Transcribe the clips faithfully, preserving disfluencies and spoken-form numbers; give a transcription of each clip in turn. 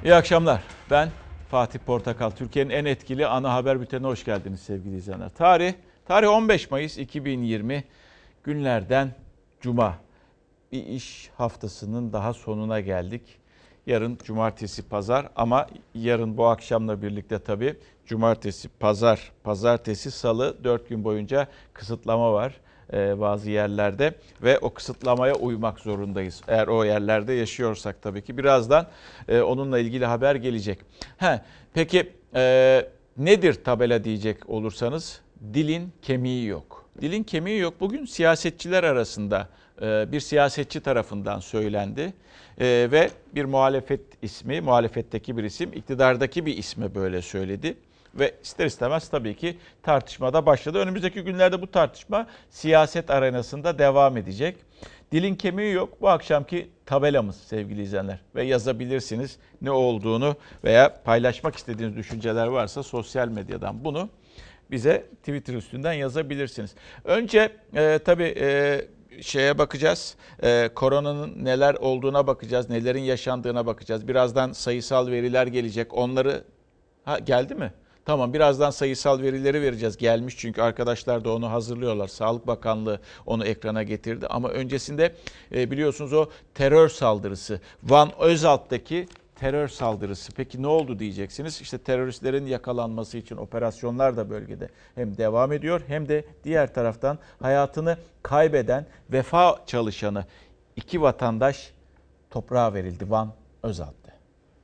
İyi akşamlar. Ben Fatih Portakal. Türkiye'nin en etkili ana haber bültenine hoş geldiniz sevgili izleyenler. Tarih, tarih on beş Mayıs iki bin yirmi günlerden Cuma. Bir iş haftasının daha sonuna geldik. Yarın cumartesi, pazar ama yarın bu akşamla birlikte tabii cumartesi, pazar, pazartesi, salı dört gün boyunca kısıtlama var bazı yerlerde ve o kısıtlamaya uymak zorundayız. Eğer o yerlerde yaşıyorsak tabii ki. Birazdan onunla ilgili haber gelecek. He, peki e, nedir tabela diyecek olursanız? Dilin kemiği yok. Dilin kemiği yok. Bugün siyasetçiler arasında bir siyasetçi tarafından söylendi e, ve bir muhalefet ismi, muhalefetteki bir isim, iktidardaki bir isme böyle söyledi. Ve ister istemez tabii ki tartışmada başladı. Önümüzdeki günlerde bu tartışma siyaset arenasında devam edecek. Dilin kemiği yok. Bu akşamki tabelamız sevgili izleyenler. Ve yazabilirsiniz ne olduğunu veya paylaşmak istediğiniz düşünceler varsa sosyal medyadan bunu bize Twitter üstünden yazabilirsiniz. Önce e, tabii e, şeye bakacağız. E, koronanın neler olduğuna bakacağız. Nelerin yaşandığına bakacağız. Birazdan sayısal veriler gelecek. Onları ha, geldi mi? Tamam, birazdan sayısal verileri vereceğiz. Gelmiş çünkü arkadaşlar da onu hazırlıyorlar. Sağlık Bakanlığı onu ekrana getirdi. Ama öncesinde e, biliyorsunuz o terör saldırısı. Van Özalp'taki terör saldırısı. Peki ne oldu diyeceksiniz? İşte teröristlerin yakalanması için operasyonlar da bölgede hem devam ediyor hem de diğer taraftan hayatını kaybeden vefa çalışanı iki vatandaş toprağa verildi Van Özalp'ta.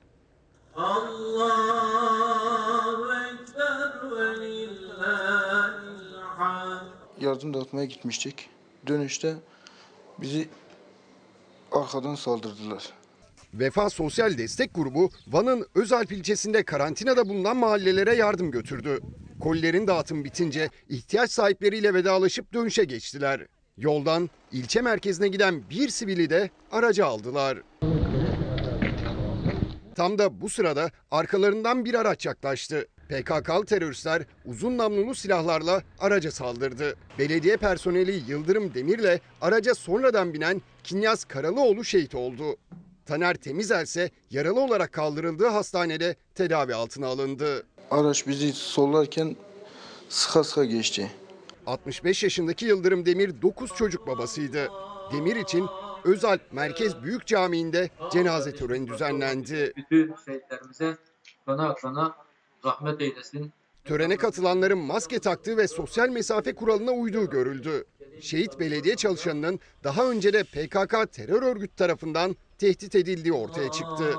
Yardım dağıtmaya gitmiştik. Dönüşte bizi arkadan saldırdılar. Vefa Sosyal Destek Grubu Van'ın Özalp ilçesinde karantinada bulunan mahallelere yardım götürdü. Kolilerin dağıtım bitince ihtiyaç sahipleriyle vedalaşıp dönüşe geçtiler. Yoldan ilçe merkezine giden bir sivili de araca aldılar. Tam da bu sırada arkalarından bir araç yaklaştı. P K K'lı teröristler uzun namlulu silahlarla araca saldırdı. Belediye personeli Yıldırım Demir'le araca sonradan binen Kinyas Karalıoğlu şehit oldu. Taner Temizel ise yaralı olarak kaldırıldığı hastanede tedavi altına alındı. Araç bizi sollarken sıka sıka geçti. altmış beş yaşındaki Yıldırım Demir dokuz çocuk babasıydı. Demir için Özalp Merkez Büyük Camii'nde cenaze töreni düzenlendi. Bütün şehitlerimize kana kana rahmet eylesin. Törene katılanların maske taktığı ve sosyal mesafe kuralına uyduğu görüldü. Şehit belediye çalışanının daha önce de P K K terör örgütü tarafından tehdit edildiği ortaya çıktı.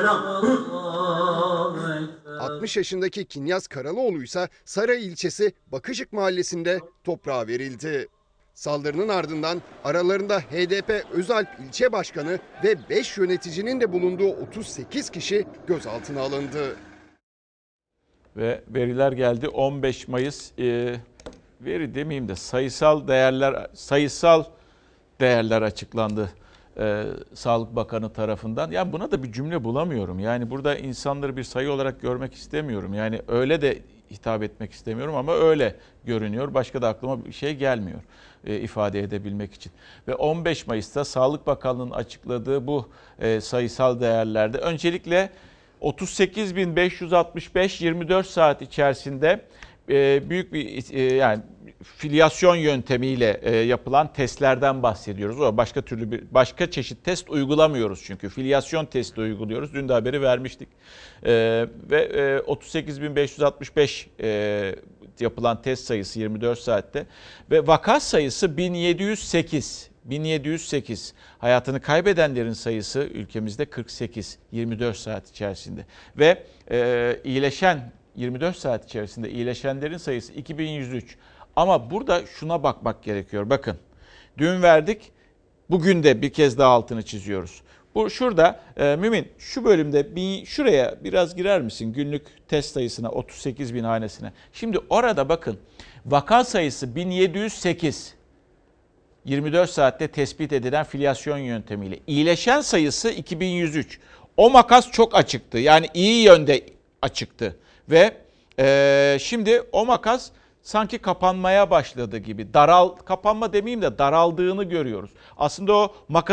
altmış yaşındaki Kinyas Karalıoğlu ise Saray ilçesi Bakışık mahallesinde toprağa verildi. Saldırının ardından aralarında H D P Özalp ilçe başkanı ve beş yöneticinin de bulunduğu otuz sekiz kişi gözaltına alındı. Ve veriler geldi. on beş Mayıs e, veri demeyeyim de sayısal değerler sayısal değerler açıklandı e, Sağlık Bakanı tarafından. Yani buna da bir cümle bulamıyorum. Yani burada insanları bir sayı olarak görmek istemiyorum. Yani öyle de hitap etmek istemiyorum ama öyle görünüyor. Başka da aklıma bir şey gelmiyor e, ifade edebilmek için. Ve on beş Mayıs'ta Sağlık Bakanlığı'nın açıkladığı bu e, sayısal değerlerde öncelikle otuz sekiz bin beş yüz altmış beş yirmi dört saat içerisinde e, büyük bir e, yani filyasyon yöntemiyle e, yapılan testlerden bahsediyoruz. O başka türlü bir başka çeşit test uygulamıyoruz çünkü filyasyon testi uyguluyoruz. Dün de haberi vermiştik. E, ve e, otuz sekiz bin beş yüz altmış beş e, yapılan test sayısı yirmi dört saatte ve vaka sayısı bin yedi yüz sekiz. bin yedi yüz sekiz. Hayatını kaybedenlerin sayısı ülkemizde kırk sekiz yirmi dört saat içerisinde ve e, iyileşen yirmi dört saat içerisinde iyileşenlerin sayısı iki bin yüz üç. Ama burada şuna bakmak gerekiyor. Bakın dün verdik, bugün de bir kez daha altını çiziyoruz. Bu şurada e, Mümin şu bölümde bir, şuraya biraz girer misin günlük test sayısına otuz sekiz bin hanesine. Şimdi orada bakın vaka sayısı bin yedi yüz sekiz. yirmi dört saatte tespit edilen filyasyon yöntemiyle. İyileşen sayısı iki bin yüz üç. O makas çok açıktı. Yani iyi yönde açıktı. Ve e, şimdi o makas sanki kapanmaya başladı gibi. Daral, kapanma demeyeyim de daraldığını görüyoruz. Aslında o makasın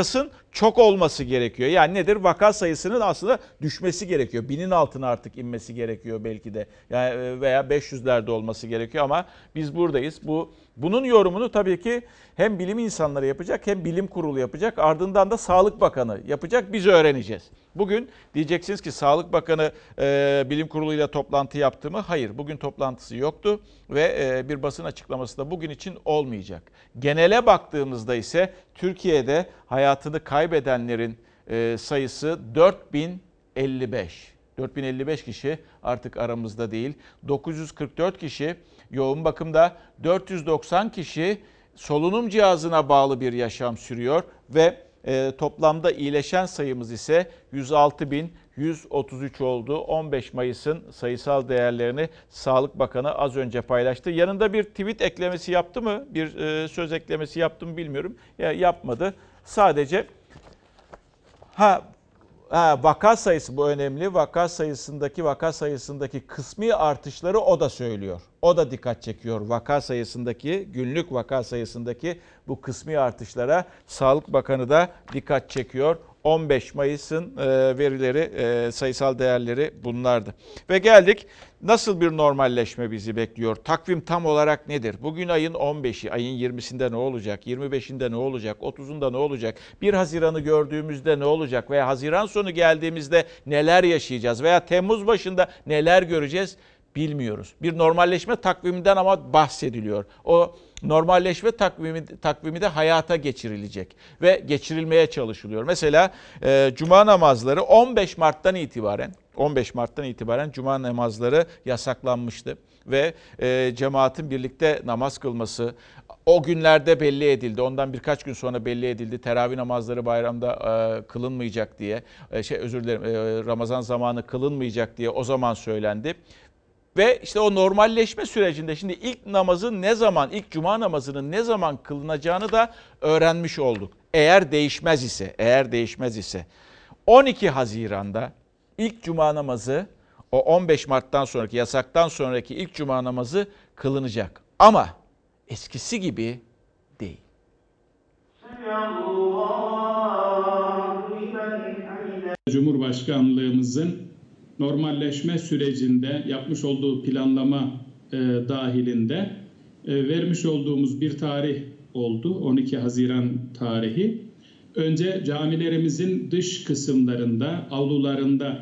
çok olması gerekiyor. Yani nedir? Vaka sayısının aslında düşmesi gerekiyor. Binin altına artık inmesi gerekiyor belki de. Yani veya beş yüzlerde olması gerekiyor ama biz buradayız. Bu bunun yorumunu tabii ki hem bilim insanları yapacak hem bilim kurulu yapacak. Ardından da Sağlık Bakanı yapacak. Biz öğreneceğiz. Bugün diyeceksiniz ki Sağlık Bakanı e, bilim kuruluyla toplantı yaptı mı? Hayır, bugün toplantısı yoktu ve e, bir basın açıklaması da bugün için olmayacak. Genele baktığımızda ise Türkiye'de hayatını kaybedenlerin e, sayısı dört bin elli beş. dört bin elli beş kişi artık aramızda değil. dokuz yüz kırk dört kişi yoğun bakımda, dört yüz doksan kişi solunum cihazına bağlı bir yaşam sürüyor ve e, toplamda iyileşen sayımız ise yüz altı bin yüz otuz üç oldu. on beş Mayıs'ın sayısal değerlerini Sağlık Bakanı az önce paylaştı. Yanında bir tweet eklemesi yaptı mı? Bir e, söz eklemesi yaptı mı bilmiyorum. Ya, yapmadı. Sadece ha Ha, vaka sayısı bu önemli. Vaka sayısındaki vaka sayısındaki kısmi artışları o da söylüyor. O da dikkat çekiyor. Vaka sayısındaki, günlük vaka sayısındaki bu kısmi artışlara Sağlık Bakanı da dikkat çekiyor. on beş Mayıs'ın verileri, sayısal değerleri bunlardı. Ve geldik, nasıl bir normalleşme bizi bekliyor? Takvim tam olarak nedir? Bugün ayın on beşi, ayın yirmisinde ne olacak? yirmi beşinde ne olacak? otuzunda ne olacak? bir Haziran'ı gördüğümüzde ne olacak? Veya Haziran sonu geldiğimizde neler yaşayacağız? Veya Temmuz başında neler göreceğiz? Bilmiyoruz. Bir normalleşme takviminden ama bahsediliyor. O normalleşme takvimi, takvimi de hayata geçirilecek ve geçirilmeye çalışılıyor. Mesela e, Cuma namazları on beş Mart'tan itibaren on beş Mart'tan itibaren Cuma namazları yasaklanmıştı ve e, cemaatin birlikte namaz kılması o günlerde belli edildi. Ondan birkaç gün sonra belli edildi. Teravih namazları bayramda e, kılınmayacak diye, e, şey özür dilerim, e, Ramazan zamanı kılınmayacak diye o zaman söylendi. Ve işte o normalleşme sürecinde şimdi ilk namazın ne zaman, ilk cuma namazının ne zaman kılınacağını da öğrenmiş olduk. Eğer değişmez ise, eğer değişmez ise on iki Haziran'da ilk cuma namazı, o on beş Mart'tan sonraki, yasaktan sonraki ilk cuma namazı kılınacak. Ama eskisi gibi değil. Cumhurbaşkanlığımızın normalleşme sürecinde yapmış olduğu planlama e, dahilinde e, vermiş olduğumuz bir tarih oldu. on iki Haziran tarihi. Önce camilerimizin dış kısımlarında, avlularında,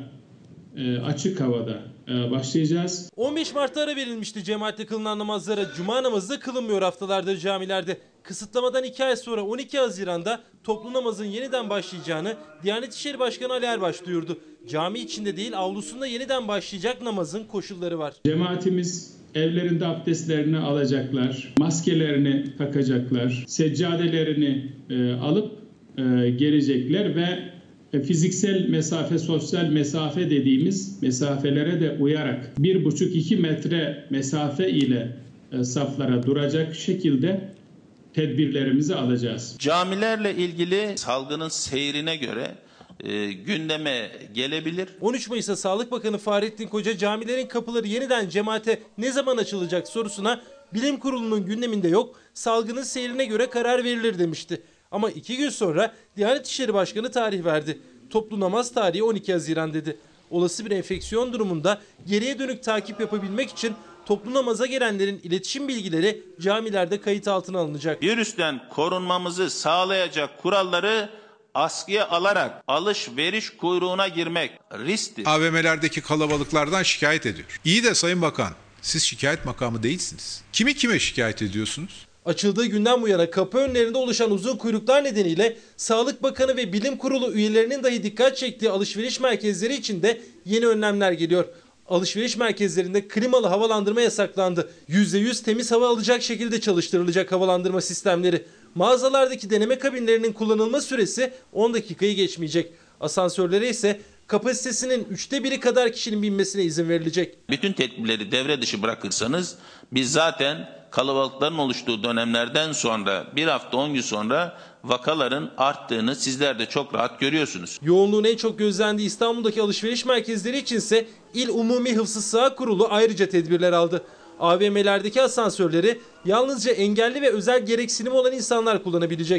e, açık havada e, başlayacağız. on beş Mart'ta ara verilmişti cemaatle kılınan namazlara. Cuma namazı da kılınmıyor haftalardır camilerde. Kısıtlamadan iki ay sonra on iki Haziran'da toplu namazın yeniden başlayacağını Diyanet İşleri Başkanı Ali Erbaş duyurdu. Cami içinde değil avlusunda yeniden başlayacak namazın koşulları var. Cemaatimiz evlerinde abdestlerini alacaklar, maskelerini takacaklar, seccadelerini e, alıp e, gelecekler ve e, fiziksel mesafe, sosyal mesafe dediğimiz mesafelere de uyarak bir buçuk iki metre mesafe ile e, saflara duracak şekilde tedbirlerimizi alacağız. Camilerle ilgili salgının seyrine göre e, gündeme gelebilir. on üç Mayıs'ta Sağlık Bakanı Fahrettin Koca camilerin kapıları yeniden cemaate ne zaman açılacak sorusuna bilim kurulunun gündeminde yok, salgının seyrine göre karar verilir demişti. Ama iki gün sonra Diyanet İşleri Başkanı tarih verdi. Toplu namaz tarihi on iki Haziran dedi. Olası bir enfeksiyon durumunda geriye dönük takip yapabilmek için toplu namaza gelenlerin iletişim bilgileri camilerde kayıt altına alınacak. Virüsten korunmamızı sağlayacak kuralları askıya alarak alışveriş kuyruğuna girmek risktir. A V M'lerdeki kalabalıklardan şikayet ediyor. İyi de Sayın Bakan, siz şikayet makamı değilsiniz. Kimi kime şikayet ediyorsunuz? Açıldığı günden bu yana kapı önlerinde oluşan uzun kuyruklar nedeniyle Sağlık Bakanı ve Bilim Kurulu üyelerinin dahi dikkat çektiği alışveriş merkezleri için de yeni önlemler geliyor. Alışveriş merkezlerinde klimalı havalandırma yasaklandı. yüzde yüz temiz hava alacak şekilde çalıştırılacak havalandırma sistemleri. Mağazalardaki deneme kabinlerinin kullanılma süresi on dakikayı geçmeyecek. Asansörlere ise kapasitesinin üçte biri kadar kişinin binmesine izin verilecek. Bütün tedbirleri devre dışı bırakırsanız biz zaten kalabalıkların oluştuğu dönemlerden sonra bir hafta on gün sonra vakaların arttığını sizler de çok rahat görüyorsunuz. Yoğunluğun en çok gözlendiği İstanbul'daki alışveriş merkezleri içinse İl Umumi Hıfzı Sıha Kurulu ayrıca tedbirler aldı. A V M'lerdeki asansörleri yalnızca engelli ve özel gereksinimi olan insanlar kullanabilecek.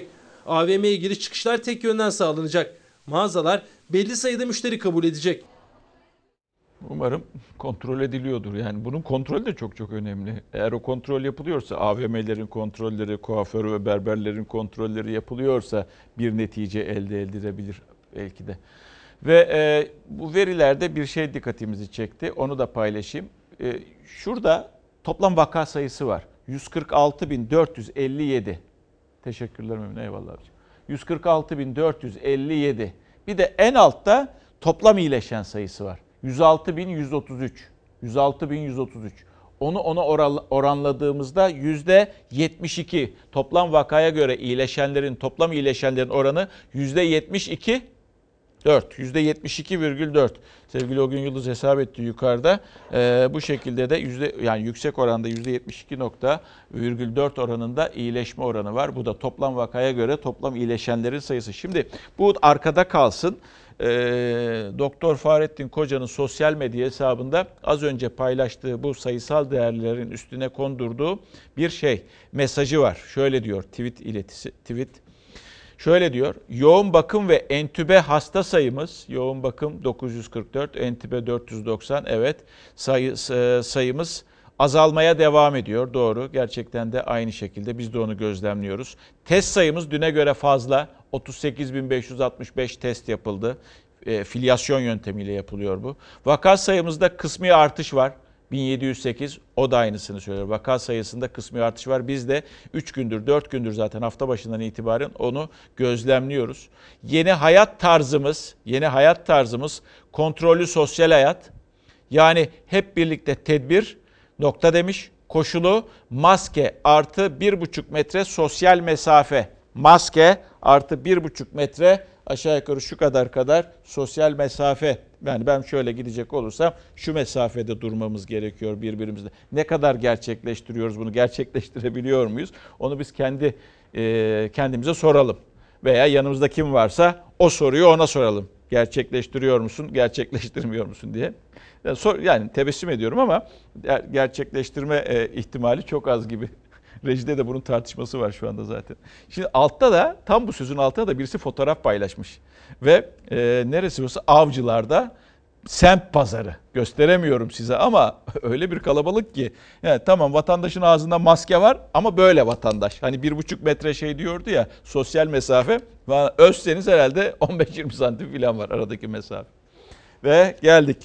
A V M'ye giriş çıkışlar tek yönden sağlanacak. Mağazalar belli sayıda müşteri kabul edecek. Umarım kontrol ediliyordur. Yani bunun kontrolü de çok çok önemli. Eğer o kontrol yapılıyorsa, A V M'lerin kontrolleri, kuaför ve berberlerin kontrolleri yapılıyorsa bir netice elde edilebilir belki de. Ve e, bu verilerde bir şey dikkatimizi çekti. Onu da paylaşayım. E, şurada toplam vaka sayısı var. yüz kırk altı bin dört yüz elli yedi. Teşekkürler Memnun. Eyvallah abicim. yüz kırk altı bin dört yüz elli yedi. Bir de en altta toplam iyileşen sayısı var. yüz altı bin yüz otuz üç. yüz altı bin yüz otuz üç. Onu ona oranladığımızda yüzde yetmiş iki. Toplam vakaya göre iyileşenlerin, toplam iyileşenlerin oranı yüzde yetmiş iki. dört. yüzde yetmiş iki virgül dört. Sevgili Ogün Yıldız hesap etti yukarıda. Ee, bu şekilde de yüzde yani yüksek oranda yüzde yetmiş iki virgül dört oranında iyileşme oranı var. Bu da toplam vakaya göre toplam iyileşenlerin sayısı. Şimdi bu arkada kalsın. Ee, Doktor Fahrettin Koca'nın sosyal medya hesabında az önce paylaştığı bu sayısal değerlerin üstüne kondurduğu bir şey, mesajı var. Şöyle diyor tweet iletisi, tweet. Şöyle diyor, yoğun bakım ve entübe hasta sayımız, yoğun bakım dokuz yüz kırk dört, entübe dört yüz doksan, evet sayı, sayımız azalmaya devam ediyor. Doğru, gerçekten de aynı şekilde biz de onu gözlemliyoruz. Test sayımız düne göre fazla, otuz sekiz bin beş yüz altmış beş test yapıldı. E, filyasyon yöntemiyle yapılıyor bu. Vaka sayımızda kısmi artış var. bin yedi yüz sekiz, o da aynısını söylüyor. Vaka sayısında kısmi artış var. Biz de üç gündür, dört gündür zaten hafta başından itibaren onu gözlemliyoruz. Yeni hayat tarzımız, yeni hayat tarzımız kontrollü sosyal hayat. Yani hep birlikte tedbir, nokta demiş, koşulu maske artı bir buçuk metre sosyal mesafe. Maske artı bir buçuk metre aşağı yukarı şu kadar kadar sosyal mesafe. Yani ben şöyle gidecek olursam şu mesafede durmamız gerekiyor birbirimizle. Ne kadar gerçekleştiriyoruz bunu, gerçekleştirebiliyor muyuz? Onu biz kendi e, kendimize soralım. Veya yanımızda kim varsa o soruyu ona soralım. Gerçekleştiriyor musun, gerçekleştirmiyor musun diye. Yani, sor, yani tebessüm ediyorum ama gerçekleştirme e, ihtimali çok az gibi. Rejide de bunun tartışması var şu anda zaten. Şimdi altta da, tam bu sözün altında da birisi fotoğraf paylaşmış. Ve e, neresi burası? Avcılar'da semt pazarı. Gösteremiyorum size ama öyle bir kalabalık ki. Yani tamam, vatandaşın ağzında maske var ama böyle vatandaş. Hani bir buçuk metre şey diyordu ya, sosyal mesafe. Ölçseniz herhalde on beş yirmi santim falan var aradaki mesafe. Ve geldik.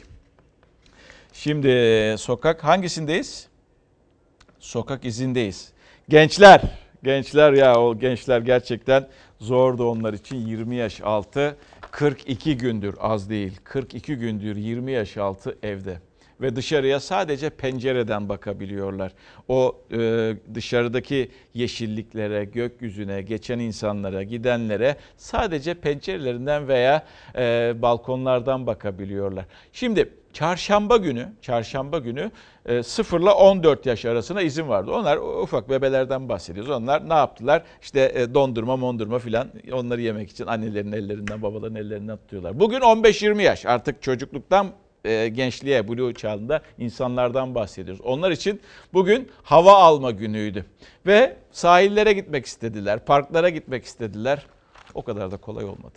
Şimdi sokak hangisindeyiz? Sokak izindeyiz. Gençler, gençler ya o gençler gerçekten zordu onlar için. yirmi yaş altı, kırk iki gündür, az değil, kırk iki gündür yirmi yaş altı evde. Ve dışarıya sadece pencereden bakabiliyorlar. O e, dışarıdaki yeşilliklere, gökyüzüne, geçen insanlara, gidenlere sadece pencerelerinden veya e, balkonlardan bakabiliyorlar. Şimdi çarşamba günü, çarşamba günü sıfırla on dört yaş arasına izin vardı. Onlar ufak bebelerden bahsediyoruz. Onlar ne yaptılar? İşte dondurma, mondurma filan, onları yemek için annelerin ellerinden, babaların ellerinden tutuyorlar. Bugün on beş yirmi yaş, artık çocukluktan gençliğe, blue çağında insanlardan bahsediyoruz. Onlar için bugün hava alma günüydü. Ve sahillere gitmek istediler, parklara gitmek istediler. O kadar da kolay olmadı.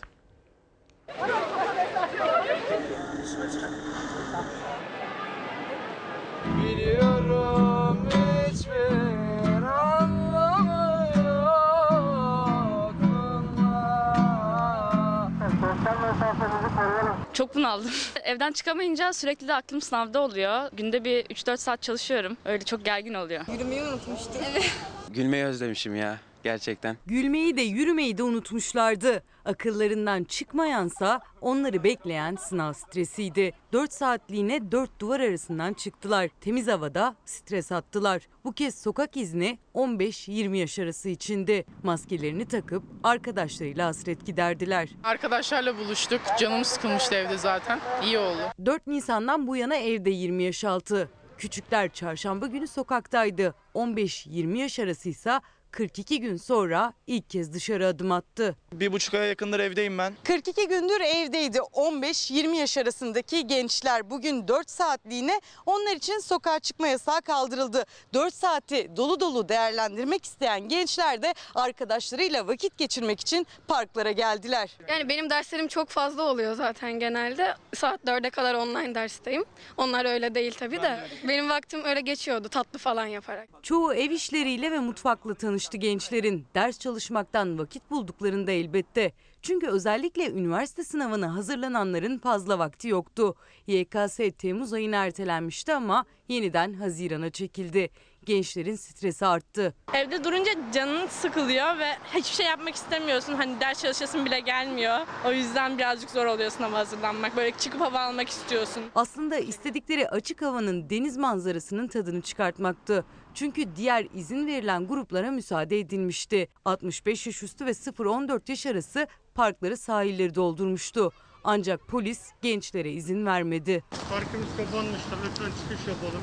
Biliyorum hiçbir anlamı yok bunlar. Çok bunaldım. Evden çıkamayınca sürekli de aklım sınavda oluyor. Günde bir üç dört saat çalışıyorum. Öyle çok gergin oluyor. Yürümeyi unutmuştum. Evet. Gülmeyi özlemişim ya. Gerçekten. Gülmeyi de yürümeyi de unutmuşlardı. Akıllarından çıkmayansa onları bekleyen sınav stresiydi. dört saatliğine dört duvar arasından çıktılar. Temiz havada stres attılar. Bu kez sokak izni on beş yirmi yaş arası içindi. Maskelerini takıp arkadaşlarıyla hasret giderdiler. Arkadaşlarla buluştuk. Canım sıkılmıştı evde zaten. İyi oldu. dört Nisan'dan bu yana evde yirmi yaş altı. Küçükler çarşamba günü sokaktaydı. on beş yirmi yaş arasıysa kırk iki gün sonra ilk kez dışarı adım attı. Bir buçuk aya yakındır evdeyim ben. kırk iki gündür evdeydi on beş yirmi yaş arasındaki gençler. Bugün dört saatliğine onlar için sokağa çıkma yasağı kaldırıldı. dört saati dolu dolu değerlendirmek isteyen gençler de arkadaşlarıyla vakit geçirmek için parklara geldiler. Yani benim derslerim çok fazla oluyor zaten genelde. Saat dörde kadar online dersteyim. Onlar öyle değil tabii de. Benim vaktim öyle geçiyordu tatlı falan yaparak. Çoğu ev işleriyle ve mutfakla tanıştı gençlerin. Ders çalışmaktan vakit bulduklarında elbette. Çünkü özellikle üniversite sınavına hazırlananların fazla vakti yoktu. Y K S Temmuz ayına ertelenmişti ama yeniden Haziran'a çekildi. Gençlerin stresi arttı. Evde durunca canın sıkılıyor ve hiçbir şey yapmak istemiyorsun. Hani ders çalışasın bile gelmiyor. O yüzden birazcık zor oluyor sınava hazırlanmak. Böyle çıkıp hava almak istiyorsun. Aslında istedikleri açık havanın deniz manzarasının tadını çıkartmaktı. Çünkü diğer izin verilen gruplara müsaade edilmişti. altmış beş yaş üstü ve sıfır on dört yaş arası parkları, sahilleri doldurmuştu. Ancak polis gençlere izin vermedi. Parkımız kapanmıştı. Lütfen çıkış yapalım.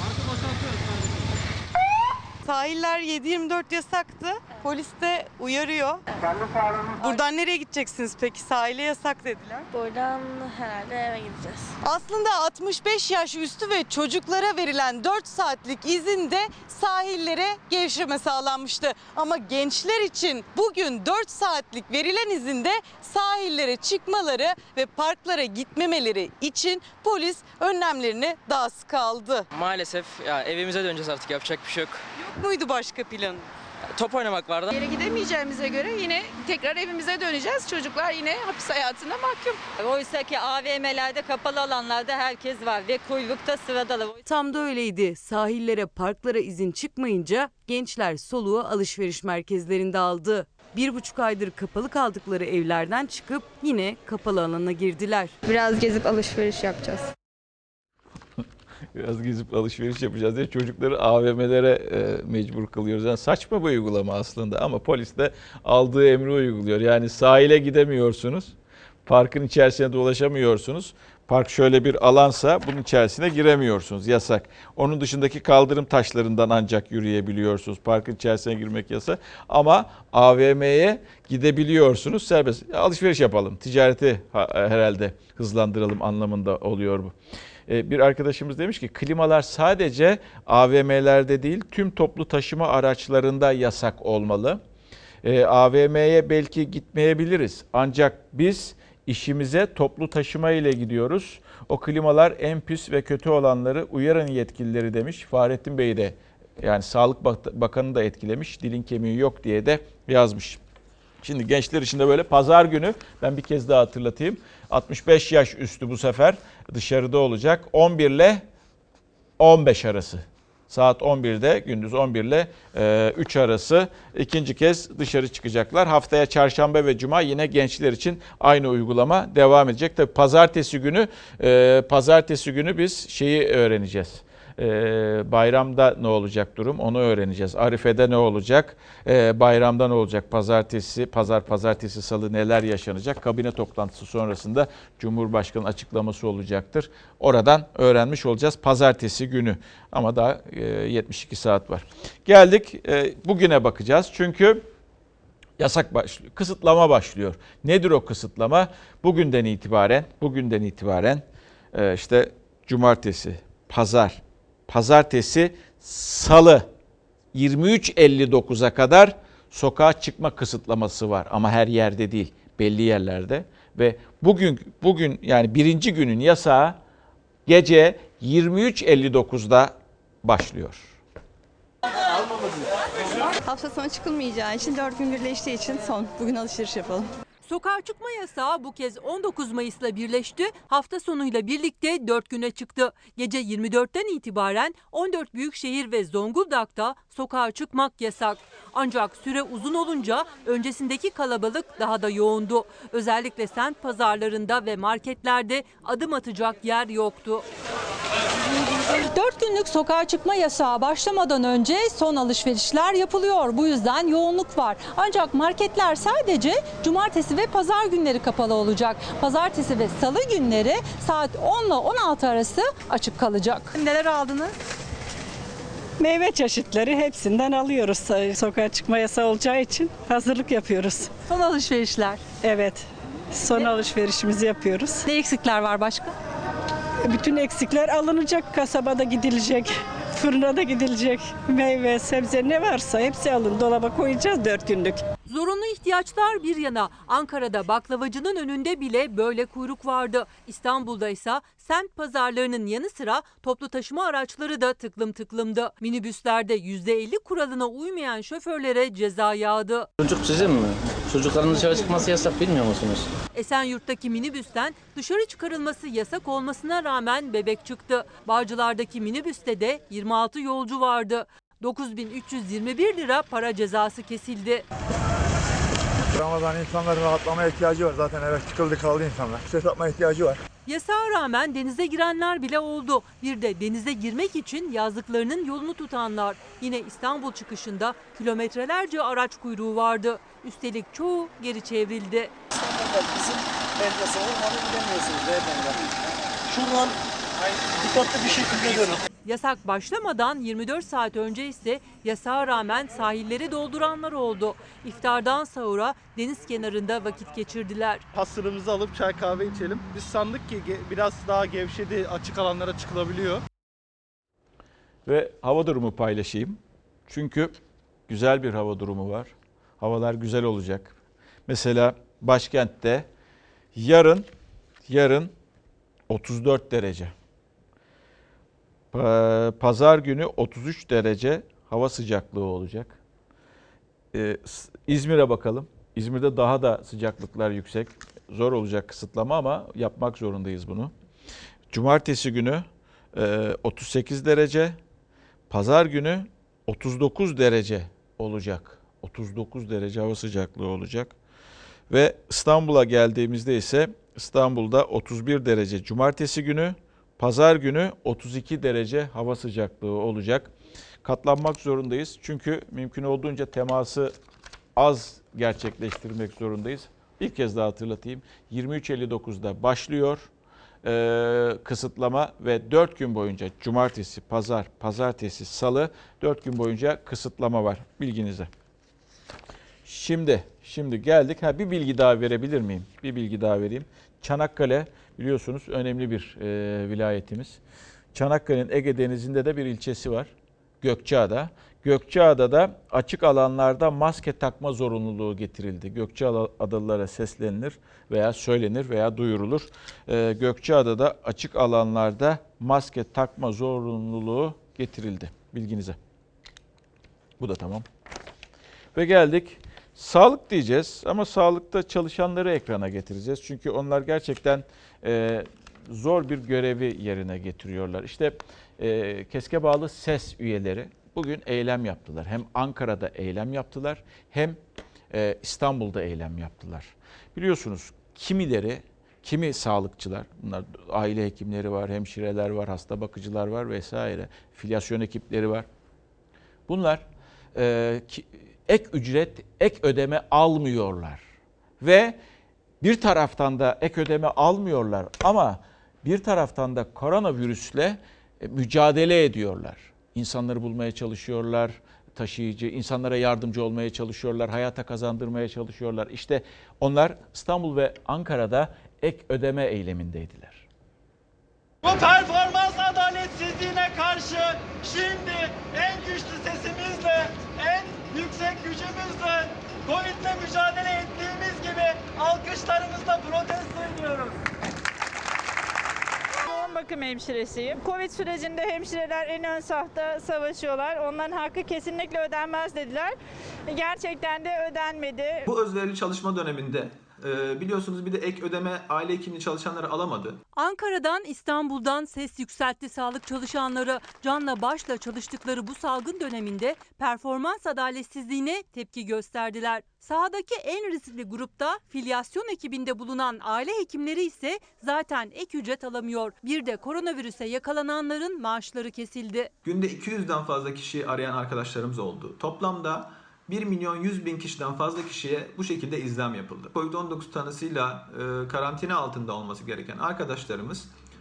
Sahiller yedi yirmi dört yasaktı. Polis de uyarıyor. Buradan nereye gideceksiniz peki? Sahile yasak dediler. Buradan herhalde eve gideceğiz. Aslında altmış beş yaş üstü ve çocuklara verilen dört saatlik izinde sahillere gevşeme sağlanmıştı. Ama gençler için bugün dört saatlik verilen izinde sahillere çıkmaları ve parklara gitmemeleri için polis önlemlerini daha sıkı aldı. Maalesef ya evimize döneceğiz artık, yapacak bir şey yok. Yok muydu başka planı? Top oynamak vardı. Yere gidemeyeceğimize göre yine tekrar evimize döneceğiz. Çocuklar yine hapis hayatına mahkum. Oysa ki A V M'lerde, kapalı alanlarda herkes var ve kuyrukta sıradalar. Tam da öyleydi. Sahillere, parklara izin çıkmayınca gençler soluğu alışveriş merkezlerinde aldı. Bir buçuk aydır kapalı kaldıkları evlerden çıkıp yine kapalı alana girdiler. Biraz gezip alışveriş yapacağız. Biraz gezip alışveriş yapacağız diye çocukları A V M'lere e, mecbur kılıyoruz. Yani saçma bir uygulama aslında ama polis de aldığı emri uyguluyor. Yani sahile gidemiyorsunuz, parkın içerisine dolaşamıyorsunuz. Park şöyle bir alansa bunun içerisine giremiyorsunuz, yasak. Onun dışındaki kaldırım taşlarından ancak yürüyebiliyorsunuz. Parkın içerisine girmek yasak. Ama A V M'ye gidebiliyorsunuz, serbest. Alışveriş yapalım, ticareti herhalde hızlandıralım anlamında oluyor bu. Bir arkadaşımız demiş ki klimalar sadece A V M'lerde değil tüm toplu taşıma araçlarında yasak olmalı. A V M'ye belki gitmeyebiliriz ancak biz işimize toplu taşıma ile gidiyoruz. O klimalar en pis ve kötü olanları uyarın yetkilileri demiş. Fahrettin Bey de yani Sağlık Bakanı da etkilemiş. Dilin kemiği yok diye de yazmış. Şimdi gençler için de böyle pazar günü ben bir kez daha hatırlatayım. altmış beş yaş üstü bu sefer dışarıda olacak. on bir ile on beş arası. Saat on birde gündüz on bir ile üç arası ikinci kez dışarı çıkacaklar. Haftaya çarşamba ve cuma yine gençler için aynı uygulama devam edecek. Tabii pazartesi günü pazartesi günü biz şeyi öğreneceğiz. Bayramda ne olacak durum onu öğreneceğiz. Arife'de ne olacak? Bayramda ne olacak? Pazartesi, pazar, pazartesi, salı neler yaşanacak? Kabine toplantısı sonrasında Cumhurbaşkanı açıklaması olacaktır. Oradan öğrenmiş olacağız pazartesi günü. Ama daha yetmiş iki saat var. Geldik bugüne bakacağız. Çünkü yasak başlıyor. Kısıtlama başlıyor. Nedir o kısıtlama? Bugünden itibaren, bugünden itibaren işte cumartesi, pazar, pazartesi, salı yirmi üç elli dokuza kadar sokağa çıkma kısıtlaması var ama her yerde değil, belli yerlerde ve bugün bugün yani birinci günün yasağı gece yirmi üç elli dokuzda başlıyor. Hafta sonu çıkılmayacağı için dört gün birleştiği için son. Bugün alışveriş yapalım. Sokağa çıkma yasağı bu kez on dokuz Mayıs'la birleşti. Hafta sonuyla birlikte dört güne çıktı. Gece yirmi dörtten itibaren on dört büyükşehir ve Zonguldak'ta sokağa çıkmak yasak. Ancak süre uzun olunca öncesindeki kalabalık daha da yoğundu. Özellikle semt pazarlarında ve marketlerde adım atacak yer yoktu. Dört günlük sokağa çıkma yasağı başlamadan önce son alışverişler yapılıyor. Bu yüzden yoğunluk var. Ancak marketler sadece cumartesi ve pazar günleri kapalı olacak. Pazartesi ve salı günleri saat on ile on altı arası açık kalacak. Neler aldınız? Meyve çeşitleri hepsinden alıyoruz. Sokağa çıkma yasağı olacağı için hazırlık yapıyoruz. Son alışverişler. Evet. Son alışverişimizi yapıyoruz. Ne eksikler var başka? Bütün eksikler alınacak. Kasabada gidilecek. Fırına da gidilecek. Meyve, sebze ne varsa hepsi alın. Dolaba koyacağız dört günlük. Zorunlu ihtiyaçlar bir yana, Ankara'da baklavacının önünde bile böyle kuyruk vardı. İstanbul'da ise semt pazarlarının yanı sıra toplu taşıma araçları da tıklım tıklımdı. Minibüslerde yüzde elli kuralına uymayan şoförlere ceza yağdı. Çocuk sizin mi? Çocukların dışarı çıkması yasak, bilmiyor musunuz? Esenyurt'taki minibüsten dışarı çıkarılması yasak olmasına rağmen bebek çıktı. Bağcılar'daki minibüste de yirmi altı yolcu vardı. dokuz bin üç yüz yirmi bir lira para cezası kesildi. Ramazan insanların rahatlamaya ihtiyacı var. Zaten eve çıkıldı kaldı insanlar. Ses yapmaya ihtiyacı var. Yasağa rağmen denize girenler bile oldu. Bir de denize girmek için yazlıklarının yolunu tutanlar. Yine İstanbul çıkışında kilometrelerce araç kuyruğu vardı. Üstelik çoğu geri çevrildi. Bizim beldesi olur, onu bilemiyorsunuz beyefendi. Şuradan dikkatli bir şekilde dönün. Yasak başlamadan yirmi dört saat önce ise yasağa rağmen sahilleri dolduranlar oldu. İftardan sahura deniz kenarında vakit geçirdiler. Hasırımızı alıp çay kahve içelim. Biz sandık ki biraz daha gevşedi, açık alanlara çıkılabiliyor. Ve hava durumu paylaşayım. Çünkü güzel bir hava durumu var. Havalar güzel olacak. Mesela başkentte yarın yarın otuz dört derece. Pazar günü otuz üç derece hava sıcaklığı olacak. Ee, İzmir'e bakalım. İzmir'de daha da sıcaklıklar yüksek. Zor olacak kısıtlama ama yapmak zorundayız bunu. Cumartesi günü e, otuz sekiz derece. Pazar günü otuz dokuz derece olacak. otuz dokuz derece hava sıcaklığı olacak. Ve İstanbul'a geldiğimizde ise İstanbul'da otuz bir derece cumartesi günü. Pazar günü otuz iki derece hava sıcaklığı olacak. Katlanmak zorundayız. Çünkü mümkün olduğunca teması az gerçekleştirmek zorundayız. Bir kez daha hatırlatayım. yirmi üç elli dokuzda başlıyor ee, kısıtlama ve dört gün boyunca cumartesi, pazar, pazartesi, salı dört gün boyunca kısıtlama var. Bilginize. Şimdi, şimdi geldik. Ha, bir bilgi daha verebilir miyim? Bir bilgi daha vereyim. Çanakkale biliyorsunuz önemli bir e, vilayetimiz. Çanakkale'nin Ege Denizi'nde de bir ilçesi var. Gökçeada. Gökçeada'da açık alanlarda maske takma zorunluluğu getirildi. Gökçeadalılara seslenilir veya söylenir veya duyurulur. E, Gökçeada'da açık alanlarda maske takma zorunluluğu getirildi. Bilginize. Bu da tamam. Ve geldik. Sağlık diyeceğiz ama sağlıkta çalışanları ekrana getireceğiz. Çünkü onlar gerçekten e, zor bir görevi yerine getiriyorlar. İşte e, Keskebağlı SES üyeleri bugün eylem yaptılar. Hem Ankara'da eylem yaptılar hem e, İstanbul'da eylem yaptılar. Biliyorsunuz kimileri, kimi sağlıkçılar, bunlar aile hekimleri var, hemşireler var, hasta bakıcılar var vesaire, filyasyon ekipleri var. Bunlar e, ki, ek ücret, ek ödeme almıyorlar. Ve bir taraftan da ek ödeme almıyorlar ama bir taraftan da koronavirüsle mücadele ediyorlar. İnsanları bulmaya çalışıyorlar, taşıyıcı, insanlara yardımcı olmaya çalışıyorlar, hayata kazandırmaya çalışıyorlar. İşte onlar İstanbul ve Ankara'da ek ödeme eylemindeydiler. Bu performans adaletsizliğine karşı şimdi en güçlü sesimizle, en yüksek gücümüzle Covid'le mücadele ettiğimiz gibi alkışlarımızla protesto ediyoruz. Yoğun bakım hemşiresiyim. Covid sürecinde hemşireler en ön safta savaşıyorlar. Onların hakkı kesinlikle ödenmez dediler. Gerçekten de ödenmedi. Bu özverili çalışma döneminde biliyorsunuz bir de ek ödeme aile hekimliği çalışanları alamadı. Ankara'dan, İstanbul'dan ses yükseltti sağlık çalışanları. Canla başla çalıştıkları bu salgın döneminde performans adaletsizliğine tepki gösterdiler. Sahadaki en riskli grupta filyasyon ekibinde bulunan aile hekimleri ise zaten ek ücret alamıyor. Bir de koronavirüse yakalananların maaşları kesildi. Günde iki yüzden fazla kişiyi arayan arkadaşlarımız oldu. Toplamda bir milyon yüz bin kişiden fazla kişiye bu şekilde izlem yapıldı. Covid on dokuz tanısıyla e, karantina altında olması gereken arkadaşlarımız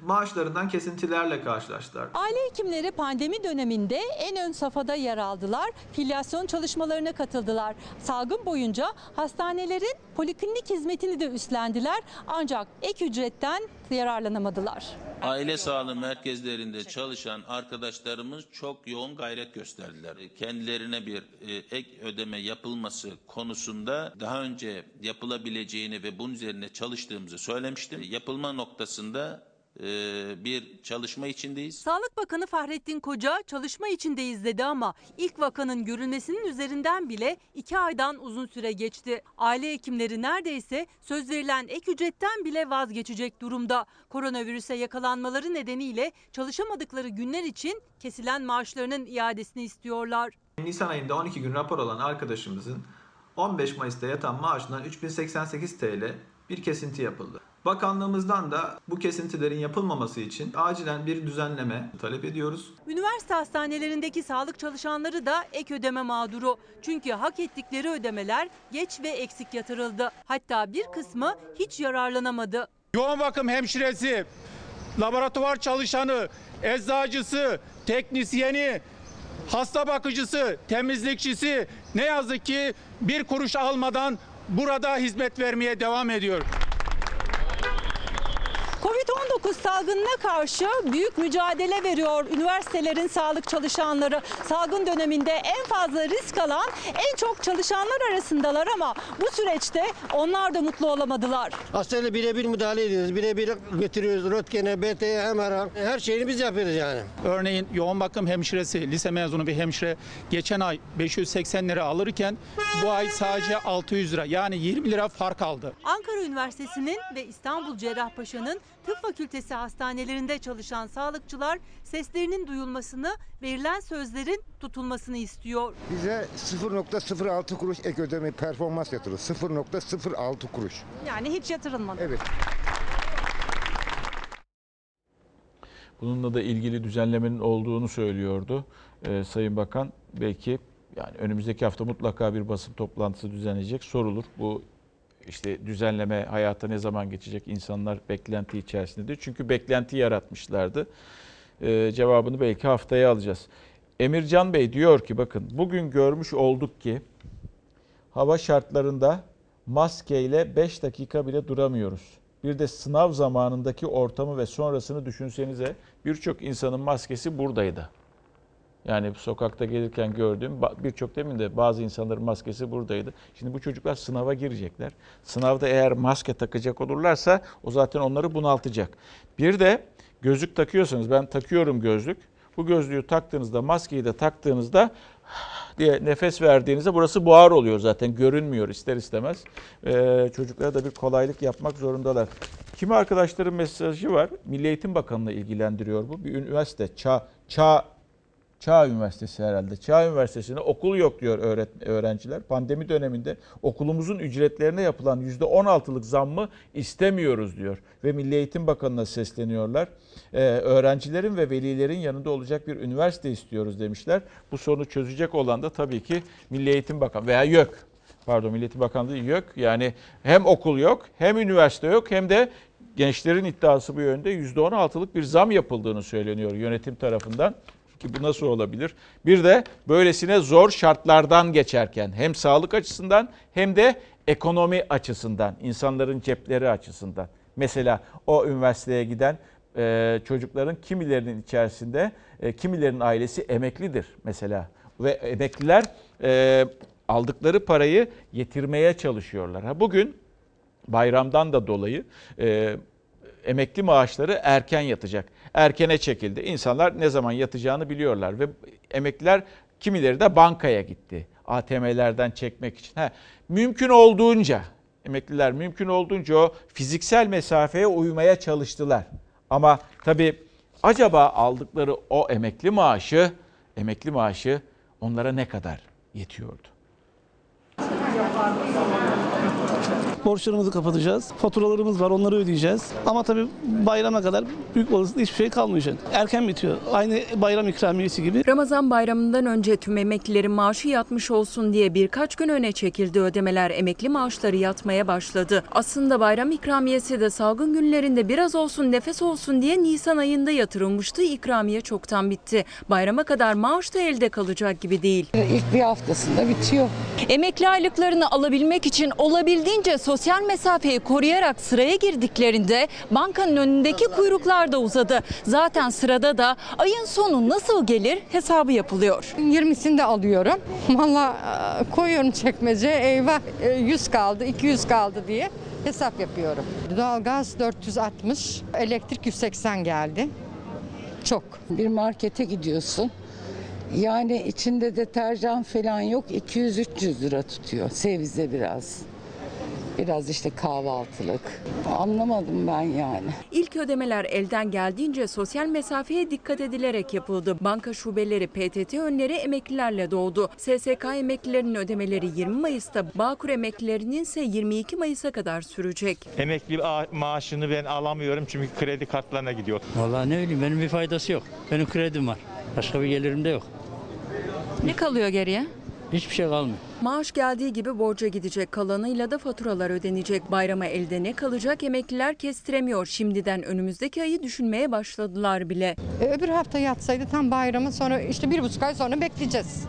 maaşlarından kesintilerle karşılaştılar. Aile hekimleri pandemi döneminde en ön safhada yer aldılar. Filyasyon çalışmalarına katıldılar. Salgın boyunca hastanelerin poliklinik hizmetini de üstlendiler. Ancak ek ücretten yararlanamadılar. Aile sağlığı merkezlerinde çalışan arkadaşlarımız çok yoğun gayret gösterdiler. Kendilerine bir ek ödeme yapılması konusunda daha önce yapılabileceğini ve bunun üzerine çalıştığımızı söylemiştim. Yapılma noktasında bir çalışma içindeyiz. Sağlık Bakanı Fahrettin Koca çalışma içindeyiz dedi ama ilk vakanın görülmesinin üzerinden bile iki aydan uzun süre geçti. Aile hekimleri neredeyse söz verilen ek ücretten bile vazgeçecek durumda. Koronavirüse yakalanmaları nedeniyle çalışamadıkları günler için kesilen maaşlarının iadesini istiyorlar. Nisan ayında on iki gün rapor alan arkadaşımızın on beş Mayıs'ta yatan maaşından üç bin seksen sekiz TL bir kesinti yapıldı. Bakanlığımızdan da bu kesintilerin yapılmaması için acilen bir düzenleme talep ediyoruz. Üniversite hastanelerindeki sağlık çalışanları da ek ödeme mağduru. Çünkü hak ettikleri ödemeler geç ve eksik yatırıldı. Hatta bir kısmı hiç yararlanamadı. Yoğun bakım hemşiresi, laboratuvar çalışanı, eczacısı, teknisyeni, hasta bakıcısı, temizlikçisi ne yazık ki bir kuruş almadan burada hizmet vermeye devam ediyor. Covid on dokuz salgınına karşı büyük mücadele veriyor üniversitelerin sağlık çalışanları. Salgın döneminde en fazla risk alan, en çok çalışanlar arasındalar ama bu süreçte onlar da mutlu olamadılar. Hastayla birebir müdahale ediyoruz, birebir götürüyoruz. Röntgen'e, B T'ye, M R'a her şeyini biz yapıyoruz yani. Örneğin yoğun bakım hemşiresi, lise mezunu bir hemşire geçen ay beş yüz seksen lira alırken bu ay sadece altı yüz lira, yani yirmi lira fark aldı. Ankara Üniversitesi'nin ve İstanbul Cerrahpaşa'nın tıp fakültesi hastanelerinde çalışan sağlıkçılar seslerinin duyulmasını, verilen sözlerin tutulmasını istiyor. Bize sıfır nokta sıfır altı kuruş ek ödeme performans yatırıldı. sıfır nokta sıfır altı kuruş. Yani hiç yatırılmadı. Evet. Bununla da ilgili düzenlemenin olduğunu söylüyordu ee, Sayın Bakan. Belki yani önümüzdeki hafta mutlaka bir basın toplantısı düzenleyecek. Sorulur. Bu İşte düzenleme hayata ne zaman geçecek? İnsanlar beklenti içerisindedir. Çünkü beklenti yaratmışlardı. Ee, cevabını belki haftaya alacağız. Emircan Bey diyor ki bakın bugün görmüş olduk ki hava şartlarında maskeyle beş dakika bile duramıyoruz. Bir de sınav zamanındaki ortamı ve sonrasını düşünsenize, birçok insanın maskesi buradaydı. Yani sokakta gelirken gördüğüm birçok, demin de bazı insanların maskesi buradaydı. Şimdi bu çocuklar sınava girecekler. Sınavda eğer maske takacak olurlarsa o zaten onları bunaltacak. Bir de gözlük takıyorsanız, ben takıyorum gözlük. Bu gözlüğü taktığınızda, maskeyi de taktığınızda diye nefes verdiğinizde burası buhar oluyor zaten, görünmüyor ister istemez. Ee, çocuklara da bir kolaylık yapmak zorundalar. Kimi arkadaşların mesajı var. Milli Eğitim Bakanı'nı ilgilendiriyor bu. Bir üniversite, Çağ, Çağ Çağ Üniversitesi herhalde. Çağ Üniversitesi'nde okul yok diyor öğrenciler. Pandemi döneminde okulumuzun ücretlerine yapılan yüzde on altılık zammı istemiyoruz diyor. Ve Milli Eğitim Bakanı'na sesleniyorlar. Ee, öğrencilerin ve velilerin yanında olacak bir üniversite istiyoruz demişler. Bu sorunu çözecek olan da tabii ki Milli Eğitim Bakanı veya YÖK. Pardon, Milli Eğitim Bakanlığı YÖK. Yani hem okul yok, hem üniversite yok, hem de gençlerin iddiası bu yönde yüzde on altılık bir zam yapıldığını söyleniyor yönetim tarafından. Ki bu nasıl olabilir? Bir de böylesine zor şartlardan geçerken hem sağlık açısından hem de ekonomi açısından, insanların cepleri açısından. Mesela o üniversiteye giden e, çocukların kimilerinin içerisinde, e, kimilerinin ailesi emeklidir mesela. Ve emekliler e, aldıkları parayı yetirmeye çalışıyorlar. Ha, bugün bayramdan da dolayı e, emekli maaşları erken yatacak. Erkene çekildi. İnsanlar ne zaman yatacağını biliyorlar ve emekliler kimileri de bankaya gitti. A T M'lerden çekmek için. Ha, mümkün olduğunca emekliler mümkün olduğunca o fiziksel mesafeye uymaya çalıştılar. Ama tabii acaba aldıkları o emekli maaşı, emekli maaşı onlara ne kadar yetiyordu? Borçlarımızı kapatacağız. Faturalarımız var, onları ödeyeceğiz. Ama tabii bayrama kadar büyük olasılıkla hiçbir şey kalmayacak. Erken bitiyor. Aynı bayram ikramiyesi gibi. Ramazan bayramından önce tüm emeklilerin maaşı yatmış olsun diye birkaç gün öne çekildi ödemeler. Emekli maaşları yatmaya başladı. Aslında bayram ikramiyesi de salgın günlerinde biraz olsun nefes olsun diye Nisan ayında yatırılmıştı. İkramiye çoktan bitti. Bayrama kadar maaş da elde kalacak gibi değil. İlk bir haftasında bitiyor. Emekli aylıklarını alabilmek için olabildiğince sosyal mesafeyi koruyarak sıraya girdiklerinde bankanın önündeki kuyruklar da uzadı. Zaten sırada da ayın sonu nasıl gelir hesabı yapılıyor. yirmisinde alıyorum. Valla koyuyorum çekmeceye, eyvah yüz kaldı, iki yüz kaldı diye hesap yapıyorum. Doğalgaz dört yüz altmış, elektrik yüz seksen geldi. Çok. Bir markete gidiyorsun. Yani içinde deterjan falan yok, iki yüz üç yüz lira tutuyor. Sebze biraz. Biraz işte kahvaltılık. Anlamadım ben yani. İlk ödemeler elden geldiğince sosyal mesafeye dikkat edilerek yapıldı. Banka şubeleri, P T T önleri emeklilerle doldu. S S K emeklilerinin ödemeleri yirmi Mayıs'ta, Bağkur emeklilerinin ise yirmi iki Mayıs'a kadar sürecek. Emekli maaşını ben alamıyorum çünkü kredi kartlarına gidiyor. Vallahi ne bileyim, benim bir faydası yok. Benim kredim var. Başka bir gelirim de yok. Ne kalıyor geriye? Hiçbir şey kalmıyor. Maaş geldiği gibi borca gidecek, kalanıyla da faturalar ödenecek. Bayrama elde ne kalacak emekliler kestiremiyor. Şimdiden önümüzdeki ayı düşünmeye başladılar bile. E, öbür hafta yatsaydı tam bayramı, sonra işte bir buçuk ay sonra bekleyeceğiz.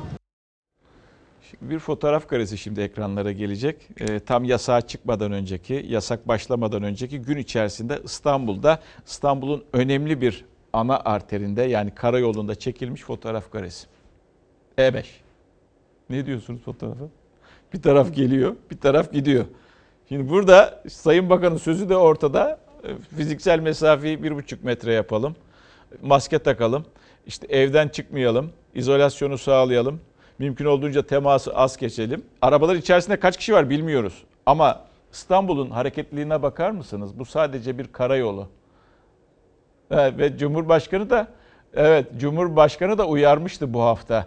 Bir fotoğraf karesi şimdi ekranlara gelecek. E, tam yasağa çıkmadan önceki, yasak başlamadan önceki gün içerisinde İstanbul'da, İstanbul'un önemli bir ana arterinde yani karayolunda çekilmiş fotoğraf karesi. E beş. Ne diyorsunuz fotoğrafa? Bir taraf geliyor, bir taraf gidiyor. Şimdi burada Sayın Bakan'ın sözü de ortada. Fiziksel mesafeyi bir buçuk metre yapalım. Maske takalım. İşte evden çıkmayalım. İzolasyonu sağlayalım. Mümkün olduğunca teması az geçelim. Arabalar içerisinde kaç kişi var bilmiyoruz. Ama İstanbul'un hareketliliğine bakar mısınız? Bu sadece bir karayolu. Evet, ve Cumhurbaşkanı da evet Cumhurbaşkanı da uyarmıştı bu hafta.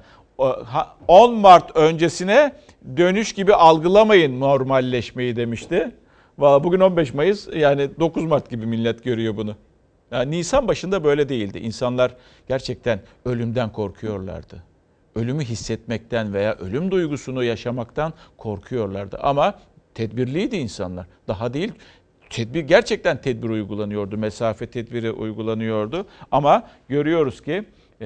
on Mart öncesine dönüş gibi algılamayın normalleşmeyi demişti. Vallahi bugün on beş Mayıs, yani dokuz Mart gibi millet görüyor bunu. Yani Nisan başında böyle değildi. İnsanlar gerçekten ölümden korkuyorlardı. Ölümü hissetmekten veya ölüm duygusunu yaşamaktan korkuyorlardı. Ama tedbirliydi insanlar. Daha değil, tedbir gerçekten tedbir uygulanıyordu. Mesafe tedbiri uygulanıyordu. Ama görüyoruz ki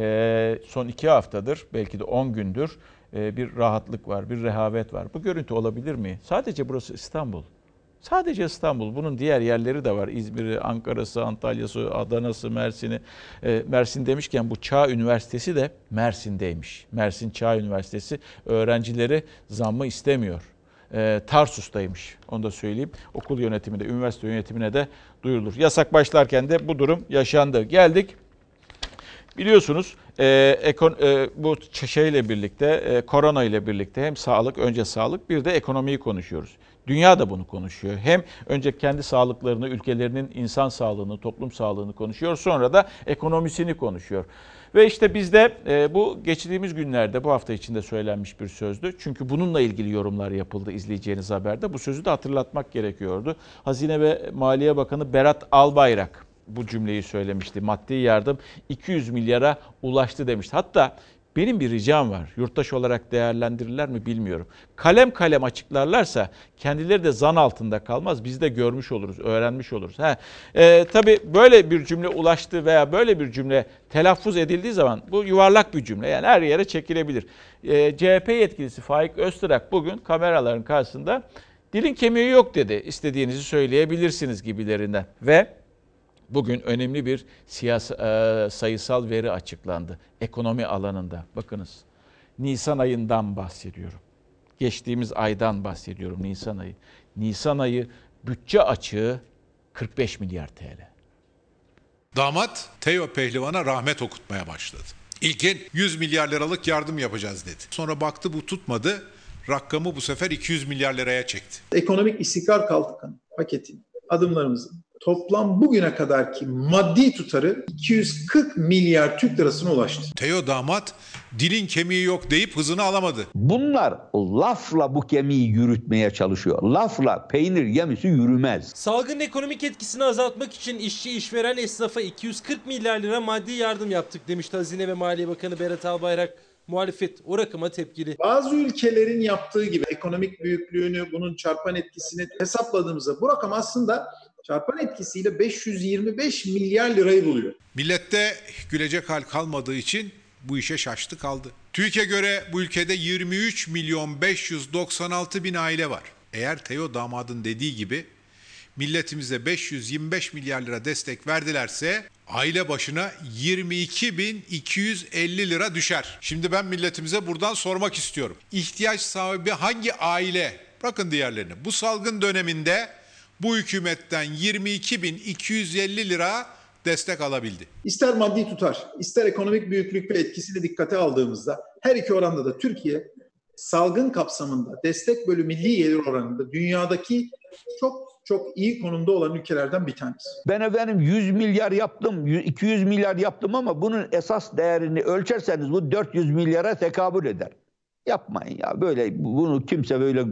son iki haftadır, belki de on gündür bir rahatlık var, bir rehavet var. Bu görüntü olabilir mi? Sadece burası İstanbul. Sadece İstanbul. Bunun diğer yerleri de var. İzmir'i, Ankara'sı, Antalya'sı, Adana'sı, Mersin'i. Mersin demişken bu Çağ Üniversitesi de Mersin'deymiş. Mersin Çağ Üniversitesi öğrencileri zammı istemiyor. Tarsus'taymış. Onu da söyleyeyim. Okul yönetimine, üniversite yönetimine de duyurulur. Yasak başlarken de bu durum yaşandı. Geldik. Biliyorsunuz e, ekon, e, bu şeyle birlikte, e, korona ile birlikte hem sağlık, önce sağlık, bir de ekonomiyi konuşuyoruz. Dünya da bunu konuşuyor. Hem önce kendi sağlıklarını, ülkelerinin insan sağlığını, toplum sağlığını konuşuyor. Sonra da ekonomisini konuşuyor. Ve işte bizde e, bu geçtiğimiz günlerde, bu hafta içinde söylenmiş bir sözdü. Çünkü bununla ilgili yorumlar yapıldı izleyeceğiniz haberde. Bu sözü de hatırlatmak gerekiyordu. Hazine ve Maliye Bakanı Berat Albayrak bu cümleyi söylemişti. Maddi yardım iki yüz milyara ulaştı demişti. Hatta benim bir ricam var. Yurttaş olarak değerlendirirler mi bilmiyorum. Kalem kalem açıklarlarsa kendileri de zan altında kalmaz. Biz de görmüş oluruz, öğrenmiş oluruz. Ha, e, tabii böyle bir cümle ulaştı veya böyle bir cümle telaffuz edildiği zaman bu yuvarlak bir cümle. Yani her yere çekilebilir. E, C H P yetkilisi Faik Öztürk bugün kameraların karşısında dilin kemiği yok dedi. İstediğinizi söyleyebilirsiniz gibilerinden. Ve bugün önemli bir siyasi, e, sayısal veri açıklandı ekonomi alanında. Bakınız, Nisan ayından bahsediyorum. Geçtiğimiz aydan bahsediyorum, Nisan ayı. Nisan ayı bütçe açığı kırk beş milyar T L. Damat Teo Pehlivan'a rahmet okutmaya başladı. İlkin yüz milyar liralık yardım yapacağız dedi. Sonra baktı bu tutmadı, rakamı bu sefer iki yüz milyar liraya çekti. Ekonomik istikrar kalkınma paketi adımlarımızın toplam bugüne kadarki maddi tutarı iki yüz kırk milyar Türk lirasına ulaştı. Teo Damat dilin kemiği yok deyip hızını alamadı. Bunlar lafla bu gemiyi yürütmeye çalışıyor. Lafla peynir gemisi yürümez. Salgının ekonomik etkisini azaltmak için işçi, işveren, esnafa iki yüz kırk milyar lira maddi yardım yaptık demişti Hazine ve Maliye Bakanı Berat Albayrak. Muhalefet o rakama tepkili. Bazı ülkelerin yaptığı gibi ekonomik büyüklüğünü, bunun çarpan etkisini hesapladığımızda bu rakam aslında çarpan etkisiyle beş yüz yirmi beş milyar lirayı buluyor. Millette gülecek hal kalmadığı için bu işe şaştı kaldı. TÜİK'e göre bu ülkede yirmi üç milyon beş yüz doksan altı bin aile var. Eğer Teo Damad'ın dediği gibi milletimize beş yüz yirmi beş milyar lira destek verdilerse aile başına yirmi iki bin iki yüz elli lira düşer. Şimdi ben milletimize buradan sormak istiyorum. İhtiyaç sahibi hangi aile, bırakın diğerlerini, bu salgın döneminde bu hükümetten yirmi iki bin iki yüz elli lira destek alabildi? İster maddi tutar, ister ekonomik büyüklük ve etkisini dikkate aldığımızda her iki oranda da Türkiye salgın kapsamında destek bölü milli gelir oranında dünyadaki çok çok iyi konumda olan ülkelerden bir tanesi. Ben efendim yüz milyar yaptım, iki yüz milyar yaptım ama bunun esas değerini ölçerseniz bu dört yüz milyara tekabül eder. Yapmayın ya, böyle bunu kimse böyle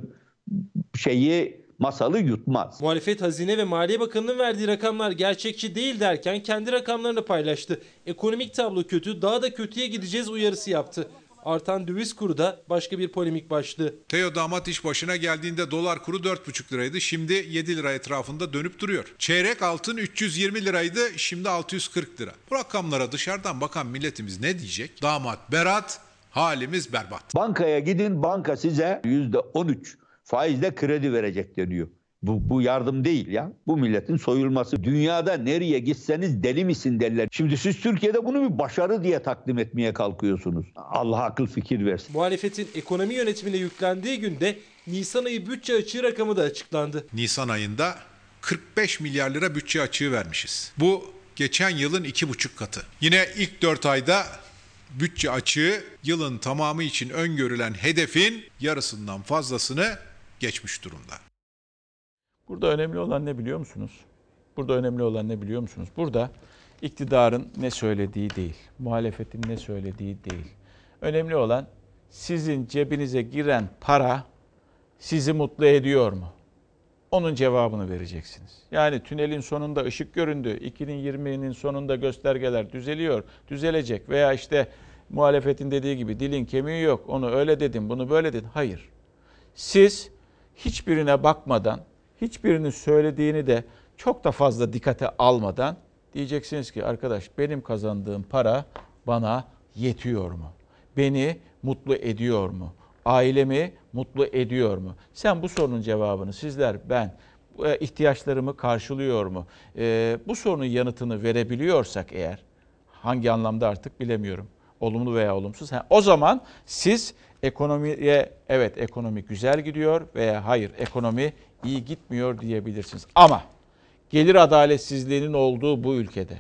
şeyi, masalı yutmaz. Muhalefet Hazine ve Maliye Bakanı'nın verdiği rakamlar gerçekçi değil derken kendi rakamlarını paylaştı. Ekonomik tablo kötü, daha da kötüye gideceğiz uyarısı yaptı. Artan döviz kuru da başka bir polemik başlığı. Teo Damat iş başına geldiğinde dolar kuru dört buçuk liraydı. Şimdi yedi lira etrafında dönüp duruyor. Çeyrek altın üç yüz yirmi liraydı. Şimdi altı yüz kırk lira. Bu rakamlara dışarıdan bakan milletimiz ne diyecek? Damat berat, halimiz berbat. Bankaya gidin, banka size yüzde on üç faizle kredi verecek deniyor. Bu, bu yardım değil ya. Bu milletin soyulması. Dünyada nereye gitseniz deli misin derler. Şimdi siz Türkiye'de bunu bir başarı diye takdim etmeye kalkıyorsunuz. Allah akıl fikir versin. Muhalefetin ekonomi yönetimine yüklendiği günde Nisan ayı bütçe açığı rakamı da açıklandı. Nisan ayında kırk beş milyar lira bütçe açığı vermişiz. Bu geçen yılın iki buçuk katı. Yine ilk dört ayda bütçe açığı yılın tamamı için öngörülen hedefin yarısından fazlasını geçmiş durumda. Burada önemli olan ne biliyor musunuz? Burada önemli olan ne biliyor musunuz? Burada iktidarın ne söylediği değil, muhalefetin ne söylediği değil. Önemli olan sizin cebinize giren para sizi mutlu ediyor mu? Onun cevabını vereceksiniz. Yani tünelin sonunda ışık göründü. iki bin yirminin sonunda göstergeler düzeliyor, düzelecek veya işte muhalefetin dediği gibi dilin kemiği yok. Onu öyle dedim, bunu böyle dedim. Hayır. Siz hiçbirine bakmadan, hiçbirinin söylediğini de çok da fazla dikkate almadan diyeceksiniz ki arkadaş benim kazandığım para bana yetiyor mu? Beni mutlu ediyor mu? Ailemi mutlu ediyor mu? Sen bu sorunun cevabını sizler, ben ihtiyaçlarımı karşılıyor mu? Ee, bu sorunun yanıtını verebiliyorsak eğer, hangi anlamda artık bilemiyorum. Olumlu veya olumsuz. Ha, o zaman siz ekonomiye evet ekonomi güzel gidiyor veya hayır ekonomi iyi gitmiyor diyebilirsiniz. Ama gelir adaletsizliğinin olduğu bu ülkede,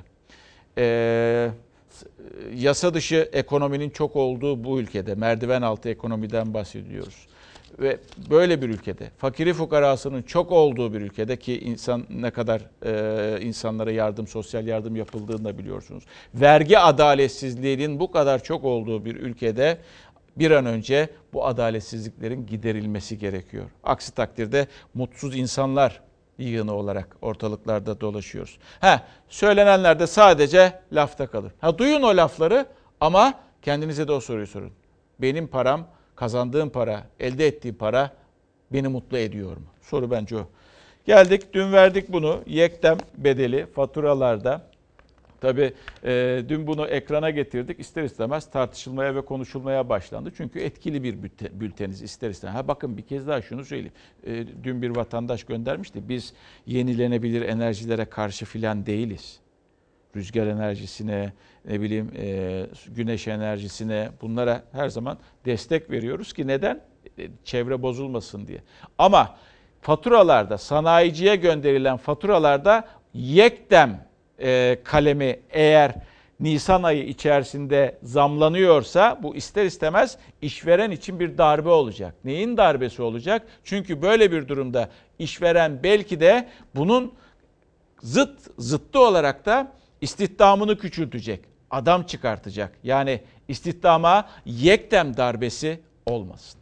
e, yasa dışı ekonominin çok olduğu bu ülkede, merdiven altı ekonomiden bahsediyoruz. Ve böyle bir ülkede, fakiri fukarasının çok olduğu bir ülkede ki insan ne kadar e, insanlara yardım, sosyal yardım yapıldığını da biliyorsunuz. Vergi adaletsizliğinin bu kadar çok olduğu bir ülkede bir an önce bu adaletsizliklerin giderilmesi gerekiyor. Aksi takdirde mutsuz insanlar yığını olarak ortalıklarda dolaşıyoruz. Ha, söylenenler de sadece lafta kalır. Ha, duyun o lafları ama kendinize de o soruyu sorun. Benim param, kazandığım para, elde ettiğim para beni mutlu ediyor mu? Soru bence o. Geldik, dün verdik bunu. Yektem bedeli faturalarda. Tabii e, dün bunu ekrana getirdik. İster istemez tartışılmaya ve konuşulmaya başlandı. Çünkü etkili bir bülteniz ister istemez. Ha bakın bir kez daha şunu söyleyeyim. E, dün bir vatandaş göndermişti. Biz yenilenebilir enerjilere karşı filan değiliz. Rüzgar enerjisine, ne bileyim e, güneş enerjisine bunlara her zaman destek veriyoruz ki neden? E, çevre bozulmasın diye. Ama faturalarda, sanayiciye gönderilen faturalarda yektem e, kalemi eğer Nisan ayı içerisinde zamlanıyorsa bu ister istemez işveren için bir darbe olacak. Neyin darbesi olacak? Çünkü böyle bir durumda işveren belki de bunun Zıt, zıttı olarak da istihdamını küçültecek, adam çıkartacak. Yani istihdama yektem darbesi olmasın.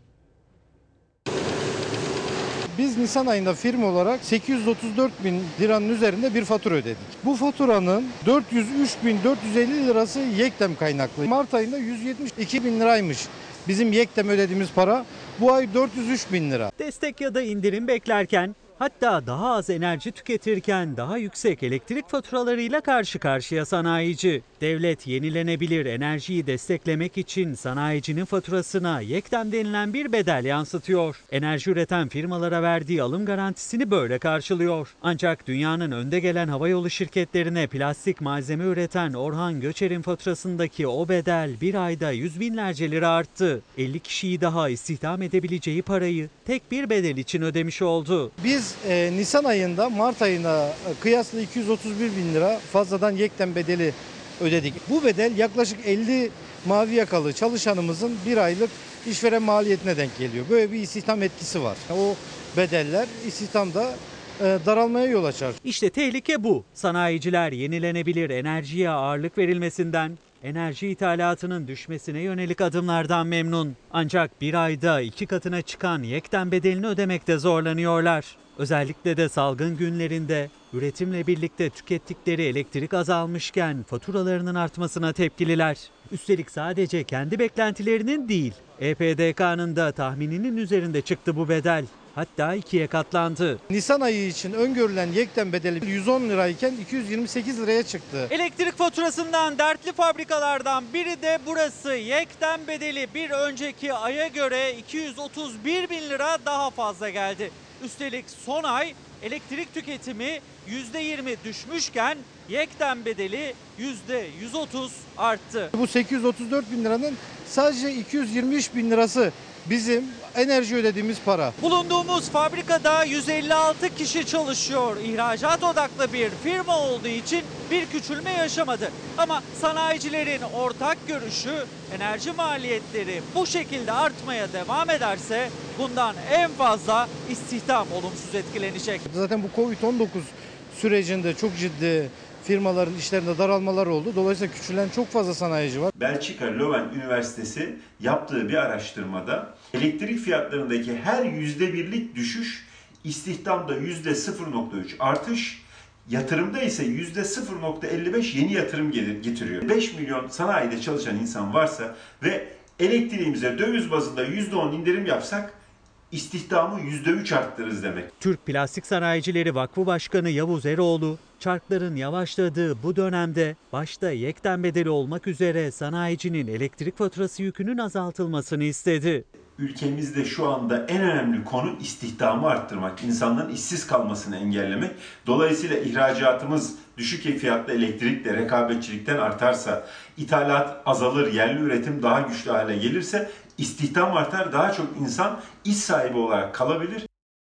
Biz Nisan ayında firma olarak sekiz yüz otuz dört bin liranın üzerinde bir fatura ödedik. Bu faturanın dört yüz üç bin dört yüz elli lirası yektem kaynaklı. Mart ayında yüz yetmiş iki bin liraymış bizim yektem ödediğimiz para. Bu ay dört yüz üç bin lira. Destek ya da indirim beklerken, hatta daha az enerji tüketirken daha yüksek elektrik faturalarıyla karşı karşıya sanayici. Devlet yenilenebilir enerjiyi desteklemek için sanayicinin faturasına yektem denilen bir bedel yansıtıyor. Enerji üreten firmalara verdiği alım garantisini böyle karşılıyor. Ancak dünyanın önde gelen havayolu şirketlerine plastik malzeme üreten Orhan Göçer'in faturasındaki o bedel bir ayda yüz binlerce lira arttı. elli kişiyi daha istihdam edebileceği parayı tek bir bedel için ödemiş oldu. Biz e, Nisan ayında Mart ayına kıyasla iki yüz otuz bir bin lira fazladan yektem bedeli ödedik. Bu bedel yaklaşık elli mavi yakalı çalışanımızın bir aylık işveren maliyetine denk geliyor. Böyle bir istihdam etkisi var. O bedeller istihdamda e, daralmaya yol açar. İşte tehlike bu. Sanayiciler yenilenebilir enerjiye ağırlık verilmesinden, enerji ithalatının düşmesine yönelik adımlardan memnun. Ancak bir ayda iki katına çıkan yektem bedelini ödemekte zorlanıyorlar. Özellikle de salgın günlerinde üretimle birlikte tükettikleri elektrik azalmışken faturalarının artmasına tepkililer. Üstelik sadece kendi beklentilerinin değil, E P D K'nın da tahmininin üzerinde çıktı bu bedel. Hatta ikiye katlandı. Nisan ayı için öngörülen yektem bedeli yüz on lirayken iki yüz yirmi sekiz liraya çıktı. Elektrik faturasından dertli fabrikalardan biri de burası. Yektem bedeli bir önceki aya göre iki yüz otuz bir bin lira daha fazla geldi. Üstelik son ay elektrik tüketimi yüzde yirmi düşmüşken yektem bedeli yüzde yüz otuz arttı. Bu sekiz yüz otuz dört bin liranın sadece iki yüz yirmi üç bin lirası bizim enerji ödediğimiz para. Bulunduğumuz fabrikada yüz elli altı kişi çalışıyor. İhracat odaklı bir firma olduğu için bir küçülme yaşamadı. Ama sanayicilerin ortak görüşü, enerji maliyetleri bu şekilde artmaya devam ederse bundan en fazla istihdam olumsuz etkilenecek. Zaten bu kovid on dokuz sürecinde çok ciddi firmaların işlerinde daralmalar oldu. Dolayısıyla küçülen çok fazla sanayici var. Belçika Leuven Üniversitesi yaptığı bir araştırmada elektrik fiyatlarındaki her yüzde birlik düşüş istihdamda yüzde sıfır nokta üç artış, yatırımda ise yüzde sıfır nokta elli beş yeni yatırım getiriyor. beş milyon sanayide çalışan insan varsa ve elektriğimize döviz bazında yüzde on indirim yapsak istihdamı yüzde üç arttırırız demek. Türk Plastik Sanayicileri Vakfı Başkanı Yavuz Eroğlu, çarkların yavaşladığı bu dönemde başta yektem bedeli olmak üzere sanayicinin elektrik faturası yükünün azaltılmasını istedi. Ülkemizde şu anda en önemli konu istihdamı arttırmak, insanların işsiz kalmasını engellemek. Dolayısıyla ihracatımız düşük fiyatlı elektrikle, rekabetçilikten artarsa, ithalat azalır, yerli üretim daha güçlü hale gelirse istihdam artar, daha çok insan iş sahibi olarak kalabilir.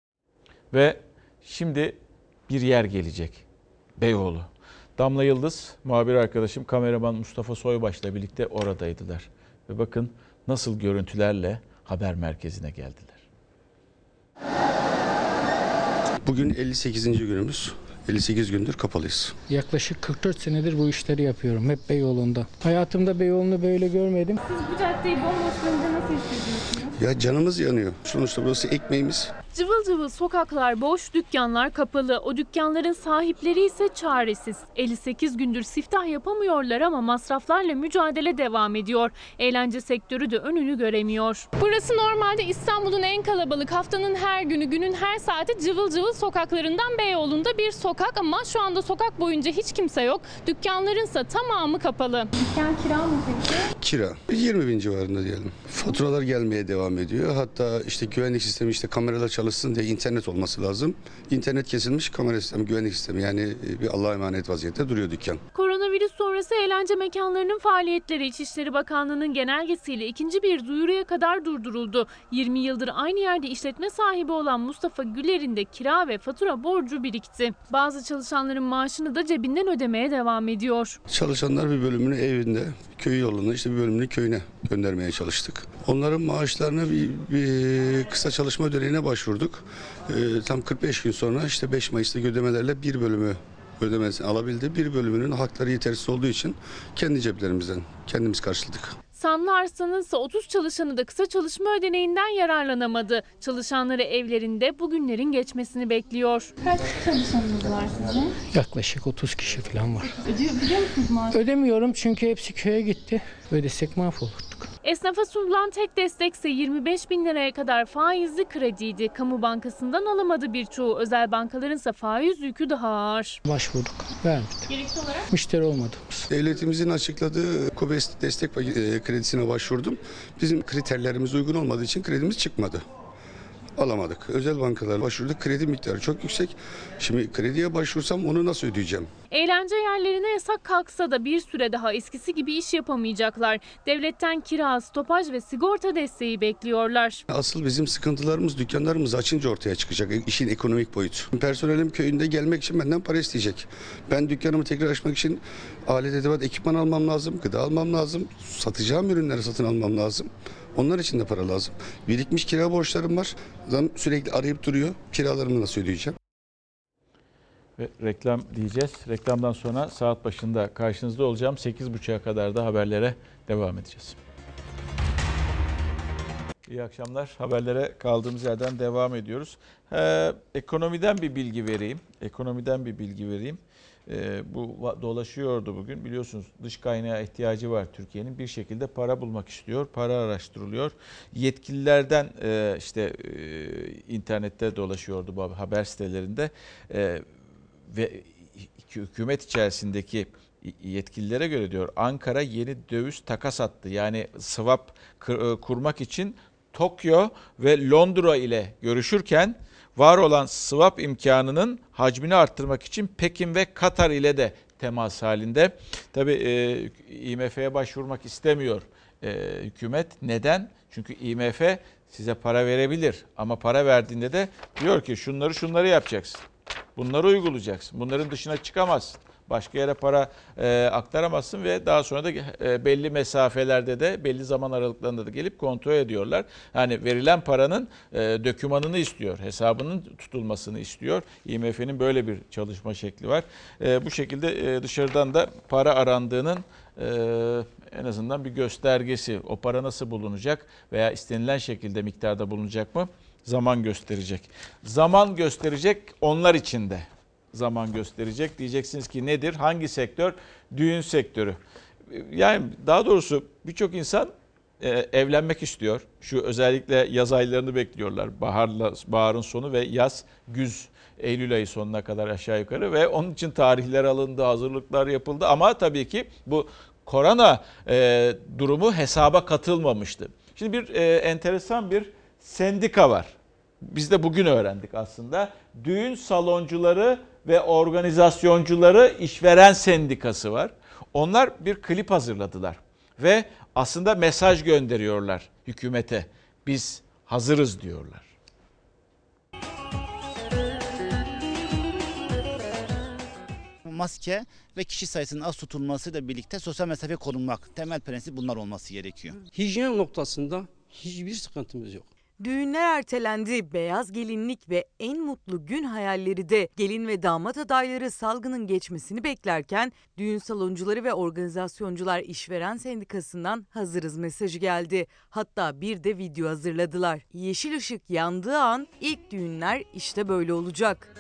Ve şimdi bir yer gelecek. Beyoğlu. Damla Yıldız, muhabir arkadaşım, kameraman Mustafa Soybaş'la birlikte oradaydılar. Ve bakın nasıl görüntülerle haber merkezine geldiler. Bugün elli sekizinci günümüz. elli sekiz gündür kapalıyız. Yaklaşık kırk dört senedir bu işleri yapıyorum. Hep Beyoğlu'nda. Hayatımda Beyoğlu'nu böyle görmedim. Siz bu caddeyi bomboş görünce nasıl hissediyorsunuz? Ya canımız yanıyor. Sonuçta burası ekmeğimiz. Cıvıl cıvıl sokaklar boş, dükkanlar kapalı. O dükkanların sahipleri ise çaresiz. elli sekiz gündür siftah yapamıyorlar ama masraflarla mücadele devam ediyor. Eğlence sektörü de önünü göremiyor. Burası normalde İstanbul'un en kalabalık, haftanın her günü, günün her saati cıvıl cıvıl sokaklarından Beyoğlu'nda bir sokak ama şu anda sokak boyunca hiç kimse yok. Dükkanlarınsa tamamı kapalı. Dükkan kira mı peki? Kira. yirmi bin civarında diyelim. Faturalar gelmeye devam ediyor. Hatta işte güvenlik sistemi, işte kameralar çalışsın diye internet olması lazım. İnternet kesilmiş, kamera sistemi, güvenlik sistemi, yani bir Allah'a emanet vaziyette duruyor dükkan. Koronavirüs sonrası eğlence mekanlarının faaliyetleri İçişleri Bakanlığı'nın genelgesiyle ikinci bir duyuruya kadar durduruldu. yirmi yıldır aynı yerde işletme sahibi olan Mustafa Güler'in de kira ve fatura borcu birikti. Bazı çalışanların maaşını da cebinden ödemeye devam ediyor. Çalışanlar bir bölümünü evinde, köy yoluna, işte bir bölümünü köyüne göndermeye çalıştık. Onların maaşlarını bir, bir kısa çalışma ödeneğine başvurduk. Ee, tam kırk beş gün sonra işte beş Mayıs'ta ödemelerle bir bölümü ödemesini alabildi. Bir bölümünün hakları yetersiz olduğu için kendi ceplerimizden kendimiz karşıladık. Sanlı Arslan'ın ise otuz çalışanı da kısa çalışma ödeneğinden yararlanamadı. Çalışanları evlerinde bugünlerin geçmesini bekliyor. Kaç çalışanınız var sizin? Yaklaşık otuz kişi falan var. Ödüyor, biliyor musunuz maaşı? Ödemiyorum çünkü hepsi köye gitti. Ödesek mahvolurduk. Esnafa sunulan tek destekse yirmi beş bin liraya kadar faizli krediydi. Kamu bankasından alamadı birçoğu. Özel bankaların ise faiz yükü daha ağır. Başvurduk, vermedi. Gerekli olarak? Müşteri olmadığımız. Devletimizin açıkladığı KOBES destek kredisine başvurdum. Bizim kriterlerimiz uygun olmadığı için kredimiz çıkmadı. Alamadık. Özel bankalara başvurduk. Kredi miktarı çok yüksek. Şimdi krediye başvursam onu nasıl ödeyeceğim? Eğlence yerlerine yasak kalksa da bir süre daha eskisi gibi iş yapamayacaklar. Devletten kira, stopaj ve sigorta desteği bekliyorlar. Asıl bizim sıkıntılarımız dükkanlarımız açınca ortaya çıkacak. İşin ekonomik boyutu. Personelim köyünde gelmek için benden para isteyecek. Ben dükkanımı tekrar açmak için alet edevat, ekipman almam lazım, gıda almam lazım, satacağım ürünleri satın almam lazım. Onlar için de para lazım. Birikmiş kira borçlarım var. Adam sürekli arayıp duruyor. Kiralarımı nasıl ödeyeceğim? Ve reklam diyeceğiz. Reklamdan sonra saat başında karşınızda olacağım. sekiz buçuğa kadar da haberlere devam edeceğiz. İyi akşamlar. Haberlere kaldığımız yerden devam ediyoruz. Ee, ekonomiden bir bilgi vereyim. Ekonomiden bir bilgi vereyim. Ee, bu dolaşıyordu bugün. Biliyorsunuz dış kaynağa ihtiyacı var Türkiye'nin. Bir şekilde para bulmak istiyor. Para araştırılıyor. Yetkililerden e, işte e, internette dolaşıyordu bu haber sitelerinde. E, ve hükümet içerisindeki yetkililere göre diyor Ankara yeni döviz takas attı. Yani swap kurmak için Tokyo ve Londra ile görüşürken var olan swap imkanının hacmini arttırmak için Pekin ve Katar ile de temas halinde. Tabii e, I M F'ye başvurmak istemiyor e, hükümet. Neden? Çünkü I M F size para verebilir ama para verdiğinde de diyor ki şunları şunları yapacaksın. Bunları uygulayacaksın. Bunların dışına çıkamazsın. Başka yere para e, aktaramazsın ve daha sonra da e, belli mesafelerde de belli zaman aralıklarında da gelip kontrol ediyorlar. Yani verilen paranın e, dokümanını istiyor, hesabının tutulmasını istiyor. I M F'nin böyle bir çalışma şekli var. E, bu şekilde e, dışarıdan da para arandığının e, en azından bir göstergesi. O para nasıl bulunacak veya istenilen şekilde miktarda bulunacak mı? Zaman gösterecek. Zaman gösterecek onlar için de. Zaman gösterecek. Diyeceksiniz ki nedir? Hangi sektör? Düğün sektörü. Yani daha doğrusu birçok insan e, evlenmek istiyor. Şu özellikle yaz aylarını bekliyorlar. Baharla, baharın sonu ve yaz, güz, Eylül ayı sonuna kadar aşağı yukarı ve onun için tarihler alındı, hazırlıklar yapıldı. Ama tabii ki bu korona e, durumu hesaba katılmamıştı. Şimdi bir e, enteresan bir sendika var. Biz de bugün öğrendik aslında. Düğün saloncuları ve organizasyoncuları işveren sendikası var. Onlar bir klip hazırladılar ve aslında mesaj gönderiyorlar hükümete. Biz hazırız diyorlar. Maske ve kişi sayısının az tutulmasıyla birlikte sosyal mesafe korunmak. Temel prensip bunlar olması gerekiyor. Hijyen noktasında hiçbir sıkıntımız yok. Düğünler ertelendi. Beyaz gelinlik ve en mutlu gün hayalleri de gelin ve damat adayları salgının geçmesini beklerken düğün saloncuları ve organizasyoncular işveren sendikasından hazırız mesajı geldi. Hatta bir de video hazırladılar. Yeşil ışık yandığı an ilk düğünler işte böyle olacak.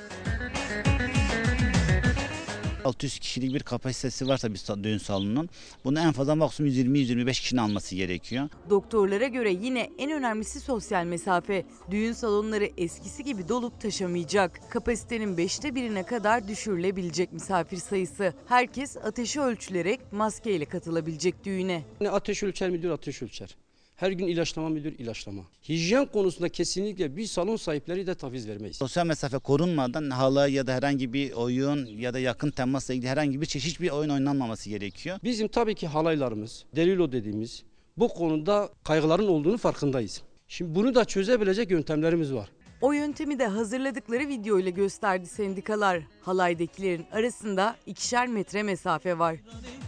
altı yüz kişilik bir kapasitesi varsa bir düğün salonunun bunu en fazla maksimum yüz yirmi yüz yirmi beş kişinin alması gerekiyor. Doktorlara göre yine en önemlisi sosyal mesafe. Düğün salonları eskisi gibi dolup taşamayacak. Kapasitenin beşte birine kadar düşürülebilecek misafir sayısı. Herkes ateşi ölçülerek maskeyle katılabilecek düğüne. Ateş ölçer müdür ateş ölçer. Her gün ilaçlama müdür ilaçlama. Hijyen konusunda kesinlikle bir salon sahipleri de taviz vermeyiz. Sosyal mesafe korunmadan halay ya da herhangi bir oyun ya da yakın temasla ilgili herhangi bir çeşit bir oyun oynanmaması gerekiyor. Bizim tabii ki halaylarımız, delilo dediğimiz bu konuda kaygıların olduğunu farkındayız. Şimdi bunu da çözebilecek yöntemlerimiz var. O yöntemi de hazırladıkları video ile gösterdi sendikalar. Halaydakilerin arasında ikişer metre mesafe var.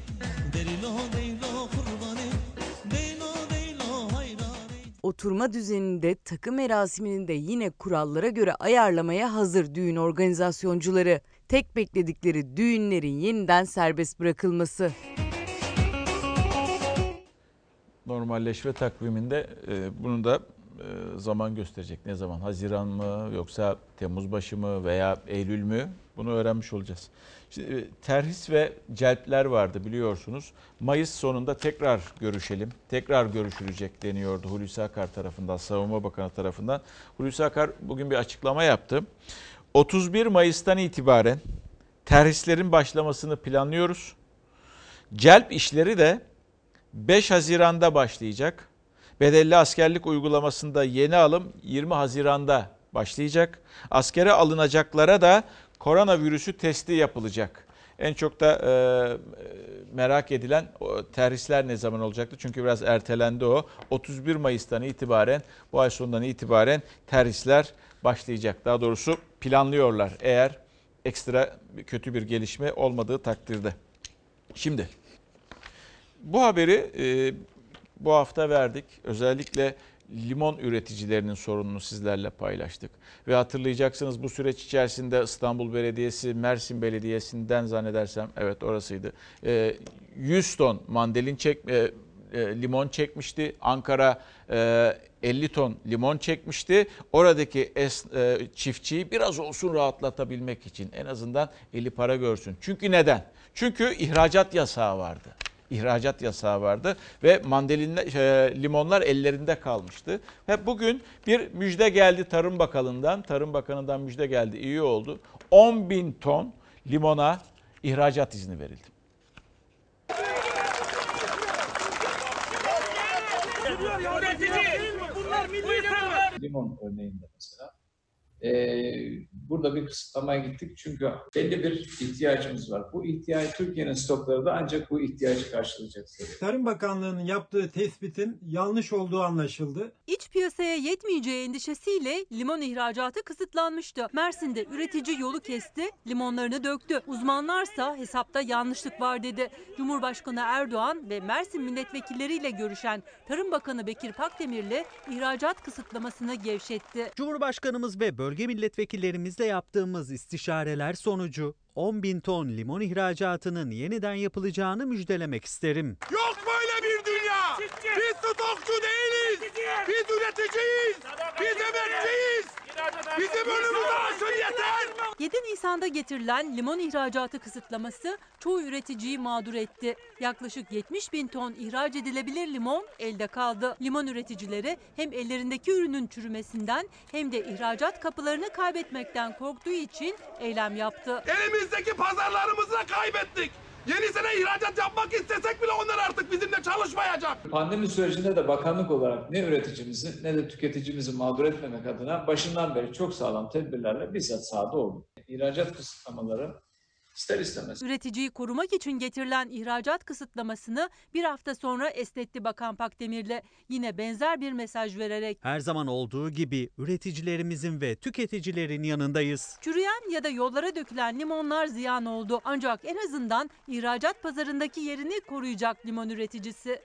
Oturma düzeninde takım merasiminin de yine kurallara göre ayarlamaya hazır düğün organizasyoncuları. tek bekledikleri düğünlerin yeniden serbest bırakılması. Normalleşme takviminde e, bunu da e, zaman gösterecek. Ne zaman? Haziran mı yoksa Temmuz başı mı veya Eylül mü? Bunu öğrenmiş olacağız. Şimdi, e, terhis ve celpler vardı biliyorsunuz. Mayıs sonunda tekrar görüşelim. Tekrar görüşülecek deniyordu Hulusi Akar tarafından, Savunma Bakanı tarafından. Hulusi Akar bugün bir açıklama yaptı. otuz bir Mayıs'tan itibaren terhislerin başlamasını planlıyoruz. Celp işleri de beş Haziran'da başlayacak. Bedelli askerlik uygulamasında yeni alım yirmi Haziran'da başlayacak. Askere alınacaklara da koronavirüsü testi yapılacak. En çok da e, merak edilen o terhisler ne zaman olacaktı? Çünkü biraz ertelendi o. otuz bir Mayıs'tan itibaren, bu ay sonundan itibaren terhisler başlayacak. Daha doğrusu planlıyorlar eğer ekstra kötü bir gelişme olmadığı takdirde. Şimdi bu haberi e, bu hafta verdik. Özellikle limon üreticilerinin sorununu sizlerle paylaştık. Ve hatırlayacaksınız bu süreç içerisinde İstanbul Belediyesi, Mersin Belediyesi'nden zannedersem, evet orasıydı, e, yüz ton mandalin çek, e, e, limon çekmişti. Ankara e, elli ton limon çekmişti. Oradaki es, e, çiftçiyi biraz olsun rahatlatabilmek için, en azından eli para görsün. Çünkü neden? Çünkü ihracat yasağı vardı. İhracat yasağı vardı ve mandalina, e, limonlar ellerinde kalmıştı. Ve bugün bir müjde geldi Tarım Bakanı'ndan. Tarım Bakanı'ndan müjde geldi. İyi oldu. on bin ton limona ihracat izni verildi. Limon örneğinde mesela. Ee, burada bir kısıtlamaya gittik çünkü belli bir ihtiyacımız var. Bu ihtiyaç, Türkiye'nin stokları da ancak bu ihtiyacı karşılayacak. Tarım Bakanlığı'nın yaptığı tespitin yanlış olduğu anlaşıldı. İç piyasaya yetmeyeceği endişesiyle limon ihracatı kısıtlanmıştı. Mersin'de üretici yolu kesti, limonlarını döktü. Uzmanlarsa hesapta yanlışlık var dedi. Cumhurbaşkanı Erdoğan ve Mersin milletvekilleriyle görüşen Tarım Bakanı Bekir Pakdemirli ihracat kısıtlamasını gevşetti. Cumhurbaşkanımız ve bölge milletvekillerimizle yaptığımız istişareler sonucu on bin ton limon ihracatının yeniden yapılacağını müjdelemek isterim. Yok böyle bir dünya. Biz stokçu değiliz. Biz üreticiyiz. Biz emekçiyiz. Bizim önümüzü açın yeter. yedi Nisan'da getirilen limon ihracatı kısıtlaması çoğu üreticiyi mağdur etti. Yaklaşık yetmiş bin ton ihraç edilebilir limon elde kaldı. Limon üreticileri hem ellerindeki ürünün çürümesinden hem de ihracat kapılarını kaybetmekten korktuğu için eylem yaptı. Elimizdeki pazarlarımızı da kaybettik. Yenisine ihracat yapmak istesek bile onlar artık bizimle çalışmayacak. Pandemi sürecinde de bakanlık olarak ne üreticimizi ne de tüketicimizi mağdur etmemek adına başından beri çok sağlam tedbirlerle bizzat sahada olduk. İhracat kısıtlamaları ister istemez. Üreticiyi korumak için getirilen ihracat kısıtlamasını bir hafta sonra esnetti Bakan Pakdemirli. Yine benzer bir mesaj vererek. Her zaman olduğu gibi üreticilerimizin ve tüketicilerin yanındayız. Çürüyen ya da yollara dökülen limonlar ziyan oldu. Ancak en azından ihracat pazarındaki yerini koruyacak limon üreticisi.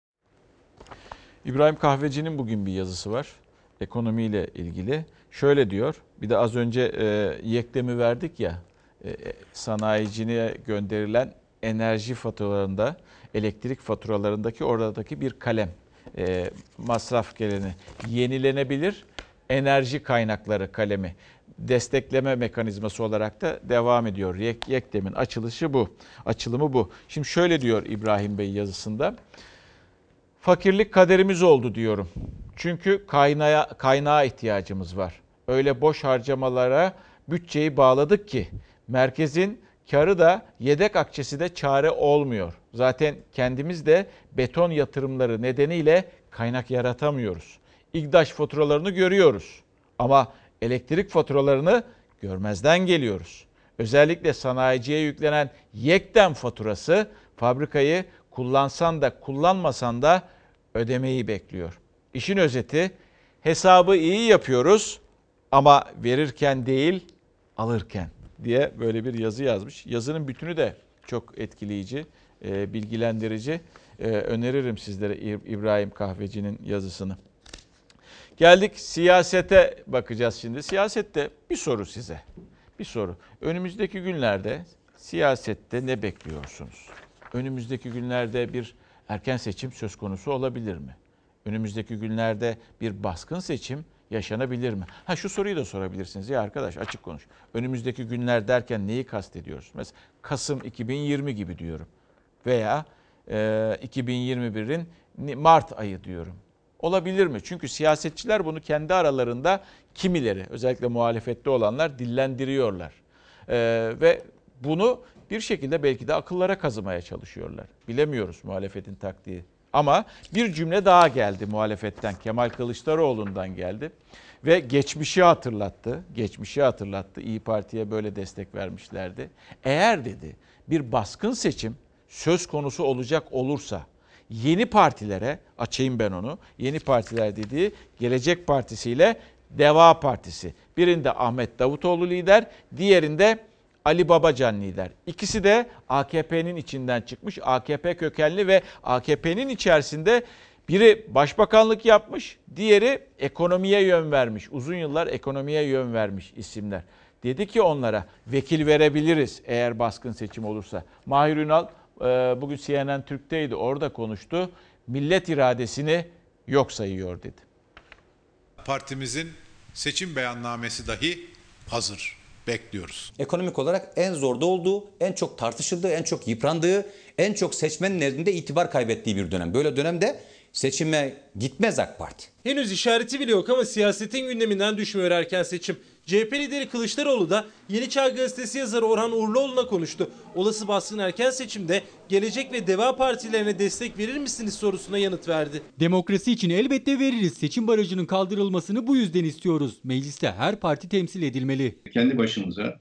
İbrahim Kahveci'nin bugün bir yazısı var. Ekonomiyle ilgili. Şöyle diyor. Bir de az önce e, Yekdem'i verdik ya. Sanayicine gönderilen enerji faturalarında, elektrik faturalarındaki oradaki bir kalem, e, masraf geleni, yenilenebilir enerji kaynakları kalemi destekleme mekanizması olarak da devam ediyor. Yekdem'in açılışı bu, açılımı bu. Şimdi şöyle diyor İbrahim Bey yazısında, fakirlik kaderimiz oldu diyorum. Çünkü kaynağa, kaynağa ihtiyacımız var. Öyle boş harcamalara bütçeyi bağladık ki, merkezin karı da yedek akçesi de çare olmuyor. Zaten kendimiz de beton yatırımları nedeniyle kaynak yaratamıyoruz. İGDAŞ faturalarını görüyoruz ama elektrik faturalarını görmezden geliyoruz. Özellikle sanayiciye yüklenen Yekdem faturası fabrikayı kullansan da kullanmasan da ödemeyi bekliyor. İşin özeti, hesabı iyi yapıyoruz ama verirken değil alırken diye böyle bir yazı yazmış. Yazının bütünü de çok etkileyici, bilgilendirici. Öneririm sizlere İbrahim Kahveci'nin yazısını. Geldik siyasete bakacağız şimdi. Siyasette bir soru size. Bir bir soru. Önümüzdeki günlerde siyasette ne bekliyorsunuz? Önümüzdeki günlerde bir erken seçim söz konusu olabilir mi? Önümüzdeki günlerde bir baskın seçim yaşanabilir mi? Ha şu soruyu da sorabilirsiniz ya arkadaş, açık konuş. Önümüzdeki günler derken neyi kastediyoruz? Mesela Kasım iki bin yirmi gibi diyorum. Veya e, iki bin yirmi birin Mart ayı diyorum. Olabilir mi? Çünkü siyasetçiler bunu kendi aralarında kimileri, özellikle muhalefette olanlar dillendiriyorlar. E, ve bunu bir şekilde belki de akıllara kazımaya çalışıyorlar. Bilemiyoruz muhalefetin taktiği. Ama bir cümle daha geldi muhalefetten, Kemal Kılıçdaroğlu'ndan geldi ve geçmişi hatırlattı. Geçmişi hatırlattı. İYİ Parti'ye böyle destek vermişlerdi. Eğer dedi bir baskın seçim söz konusu olacak olursa yeni partilere, açayım ben onu, yeni partiler dediği Gelecek Partisi ile Deva Partisi. Birinde Ahmet Davutoğlu lider, diğerinde Ali Babacan lider. İkisi de A K P'nin içinden çıkmış, A K P kökenli ve A K P'nin içerisinde biri başbakanlık yapmış, diğeri ekonomiye yön vermiş. Uzun yıllar ekonomiye yön vermiş isimler. Dedi ki onlara vekil verebiliriz eğer baskın seçim olursa. Mahir Ünal bugün C N N Türk'teydi, orada konuştu. Millet iradesini yok sayıyor dedi. Partimizin seçim beyannamesi dahi hazır. Bekliyoruz. Ekonomik olarak en zorda olduğu, en çok tartışıldığı, en çok yıprandığı, en çok seçmenin nezdinde itibar kaybettiği bir dönem. Böyle dönemde seçime gitmez AK Parti. Henüz işareti bile yok ama siyasetin gündeminden düşmüyor erken seçim. C H P lideri Kılıçdaroğlu da Yeni Çağ Gazetesi yazarı Orhan Uğurluoğlu'na konuştu. Olası baskın erken seçimde Gelecek ve Deva partilerine destek verir misiniz sorusuna yanıt verdi. Demokrasi için elbette veririz. Seçim barajının kaldırılmasını bu yüzden istiyoruz. Mecliste her parti temsil edilmeli. Kendi başımıza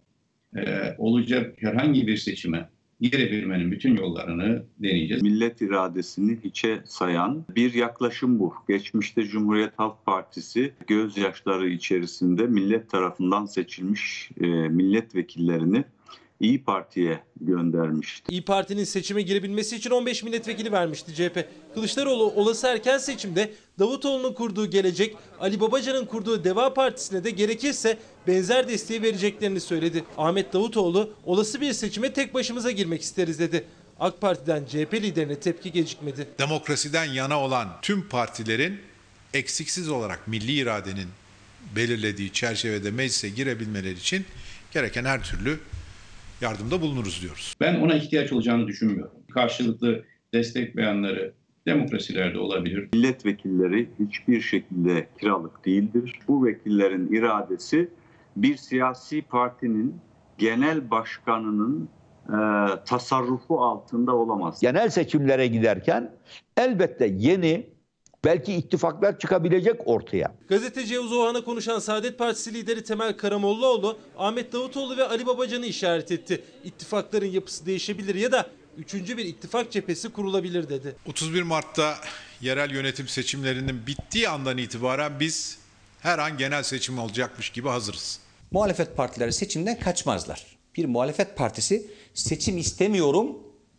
e, olacak herhangi bir seçime girebilmenin bütün yollarını deneyeceğiz. Millet iradesini hiçe sayan bir yaklaşım bu. Geçmişte Cumhuriyet Halk Partisi gözyaşları içerisinde millet tarafından seçilmiş e, milletvekillerini İYİ Parti'ye göndermişti. İYİ Parti'nin seçime girebilmesi için on beş milletvekili vermişti C H P. Kılıçdaroğlu olası erken seçimde Davutoğlu'nun kurduğu Gelecek, Ali Babacan'ın kurduğu Deva Partisi'ne de gerekirse benzer desteği vereceklerini söyledi. Ahmet Davutoğlu olası bir seçime tek başımıza girmek isteriz dedi. AK Parti'den C H P liderine tepki gecikmedi. Demokrasiden yana olan tüm partilerin eksiksiz olarak milli iradenin belirlediği çerçevede meclise girebilmeleri için gereken her türlü yardımda bulunuruz diyoruz. Ben ona ihtiyaç olacağını düşünmüyorum. Karşılıklı destek beyanları demokrasilerde olabilir. Milletvekilleri hiçbir şekilde kiralık değildir. Bu vekillerin iradesi bir siyasi partinin genel başkanının e, tasarrufu altında olamaz. Genel seçimlere giderken elbette yeni belki ittifaklar çıkabilecek ortaya. Gazeteci Yavuz Oğan'a konuşan Saadet Partisi lideri Temel Karamollaoğlu, Ahmet Davutoğlu ve Ali Babacan'ı işaret etti. İttifakların yapısı değişebilir ya da üçüncü bir ittifak cephesi kurulabilir dedi. otuz bir Mart'ta yerel yönetim seçimlerinin bittiği andan itibaren biz her an genel seçim olacakmış gibi hazırız. Muhalefet partileri seçimden kaçmazlar. Bir muhalefet partisi seçim istemiyorum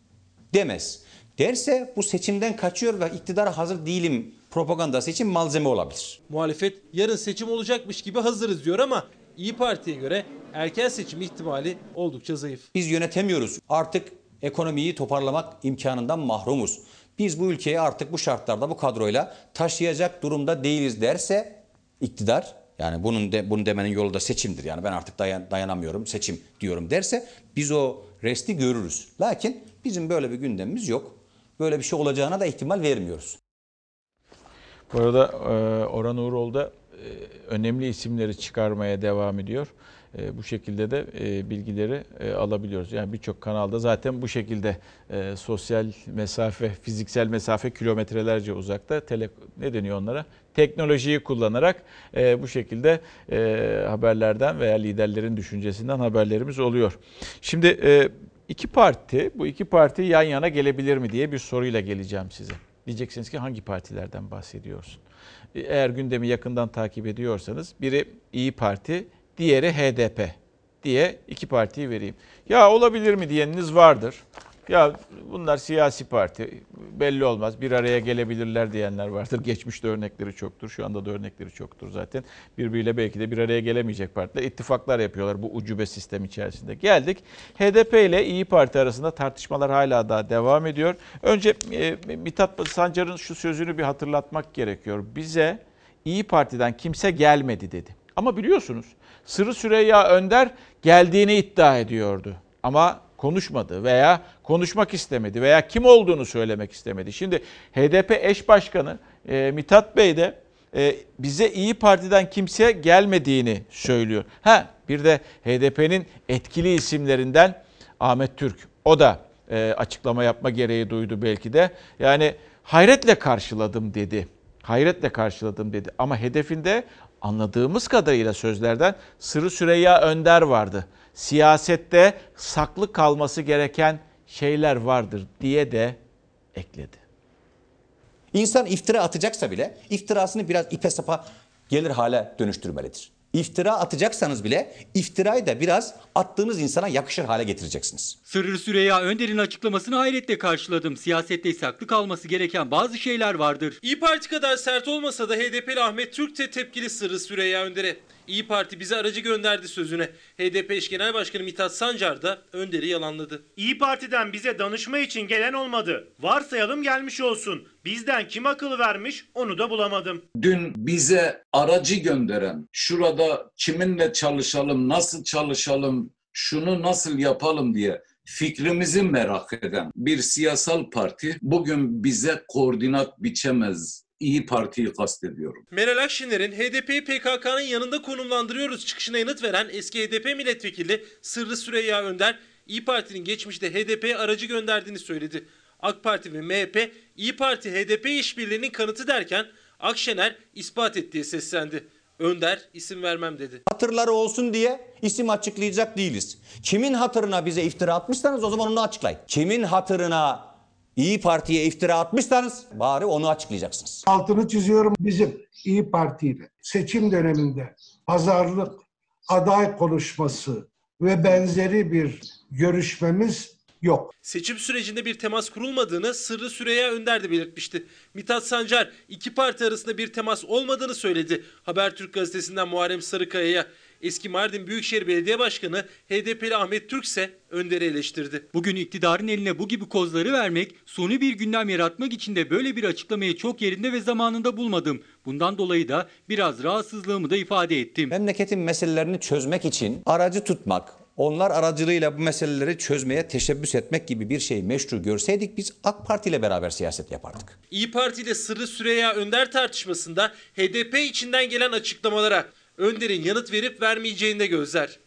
demez. Derse bu seçimden kaçıyor ve iktidara hazır değilim propagandası için malzeme olabilir. Muhalefet yarın seçim olacakmış gibi hazırız diyor ama İYİ Parti'ye göre erken seçim ihtimali oldukça zayıf. Biz yönetemiyoruz. Artık ekonomiyi toparlamak imkanından mahrumuz. Biz bu ülkeyi artık bu şartlarda bu kadroyla taşıyacak durumda değiliz derse iktidar, yani bunun de, bunu demenin yolu da seçimdir. Yani ben artık dayan, dayanamıyorum seçim diyorum derse biz o resti görürüz. Lakin bizim böyle bir gündemimiz yok. Böyle bir şey olacağına da ihtimal vermiyoruz. Bu arada Orhan Uğuroğlu da önemli isimleri çıkarmaya devam ediyor. Bu şekilde de bilgileri alabiliyoruz. Yani birçok kanalda zaten bu şekilde sosyal mesafe, fiziksel mesafe kilometrelerce uzakta tele, ne deniyor onlara? Teknolojiyi kullanarak bu şekilde haberlerden veya liderlerin düşüncesinden haberlerimiz oluyor. Şimdi iki parti, bu iki parti yan yana gelebilir mi diye bir soruyla geleceğim size. Diyeceksiniz ki hangi partilerden bahsediyorsun? Eğer gündemi yakından takip ediyorsanız biri İYİ Parti, diğeri H D P diye iki partiyi vereyim. Ya olabilir mi diyeniniz vardır. Ya bunlar siyasi parti, belli olmaz, bir araya gelebilirler diyenler vardır. Geçmişte örnekleri çoktur, şu anda da örnekleri çoktur zaten. Birbiriyle belki de bir araya gelemeyecek partiler ittifaklar yapıyorlar bu ucube sistem içerisinde. Geldik, H D P ile İyi Parti arasında tartışmalar hala daha devam ediyor. Önce e, Mithat Sancar'ın şu sözünü bir hatırlatmak gerekiyor. Bize İyi Parti'den kimse gelmedi dedi. Ama biliyorsunuz Sırrı Süreyya Önder geldiğini iddia ediyordu. Ama konuşmadı veya konuşmak istemedi veya kim olduğunu söylemek istemedi. Şimdi H D P eş başkanı e, Mithat Bey de e, bize İyi Parti'den kimse gelmediğini söylüyor. Ha bir de H D P'nin etkili isimlerinden Ahmet Türk. O da e, açıklama yapma gereği duydu belki de. Yani hayretle karşıladım dedi. Hayretle karşıladım dedi. Ama hedefinde anladığımız kadarıyla sözlerden Sırrı Süreyya Önder vardı. Siyasette saklı kalması gereken şeyler vardır diye de ekledi. İnsan iftira atacaksa bile iftirasını biraz ipe sapa gelir hale dönüştürmelidir. İftira atacaksanız bile iftirayı da biraz attığınız insana yakışır hale getireceksiniz. Sırrı Süreyya Önder'in açıklamasını hayretle karşıladım. Siyasette saklı kalması gereken bazı şeyler vardır. İyi Parti kadar sert olmasa da H D P'li Ahmet Türk de tepkili Sırrı Süreyya Önder'e. İyi Parti bize aracı gönderdi sözüne. H D P eş genel başkanı Mithat Sancar da Önder'i yalanladı. İyi Parti'den bize danışma için gelen olmadı. Varsayalım gelmiş olsun. Bizden kim akıl vermiş onu da bulamadım. Dün bize aracı gönderen, şurada kiminle çalışalım, nasıl çalışalım, şunu nasıl yapalım diye fikrimizi merak eden bir siyasal parti bugün bize koordinat biçemez. İyi Parti'yi kastediyorum. Meral Akşener'in H D P'yi P K K'nın yanında konumlandırıyoruz çıkışına yanıt veren eski H D P milletvekili Sırrı Süreyya Önder, İyi Parti'nin geçmişte H D P'ye aracı gönderdiğini söyledi. AK Parti ve M H P, İyi Parti H D P işbirliğinin kanıtı derken Akşener ispat ettiği seslendi. Önder isim vermem dedi. Hatırları olsun diye isim açıklayacak değiliz. Kimin hatırına bize iftira atmışsanız o zaman onu açıklayın. Kimin hatırına İyi Parti'ye iftira atmışsanız bari onu açıklayacaksınız. Altını çiziyorum, bizim İyi Parti ile seçim döneminde pazarlık, aday konuşması ve benzeri bir görüşmemiz yok. Seçim sürecinde bir temas kurulmadığını Sırrı Süreyya Önder de belirtmişti. Mithat Sancar iki parti arasında bir temas olmadığını söyledi. Habertürk gazetesinden Muharrem Sarıkaya'ya. Eski Mardin Büyükşehir Belediye Başkanı H D P'li Ahmet Türk ise Önder'i eleştirdi. Bugün iktidarın eline bu gibi kozları vermek, suni bir gündem yaratmak için de böyle bir açıklamayı çok yerinde ve zamanında bulmadım. Bundan dolayı da biraz rahatsızlığımı da ifade ettim. Memleketin meselelerini çözmek için aracı tutmak, onlar aracılığıyla bu meseleleri çözmeye teşebbüs etmek gibi bir şeyi meşru görseydik biz AK Parti ile beraber siyaset yapardık. İyi Parti ile Sırrı Süreyya Önder tartışmasında H D P içinden gelen açıklamalara Önder'in yanıt verip vermeyeceğini de gözler.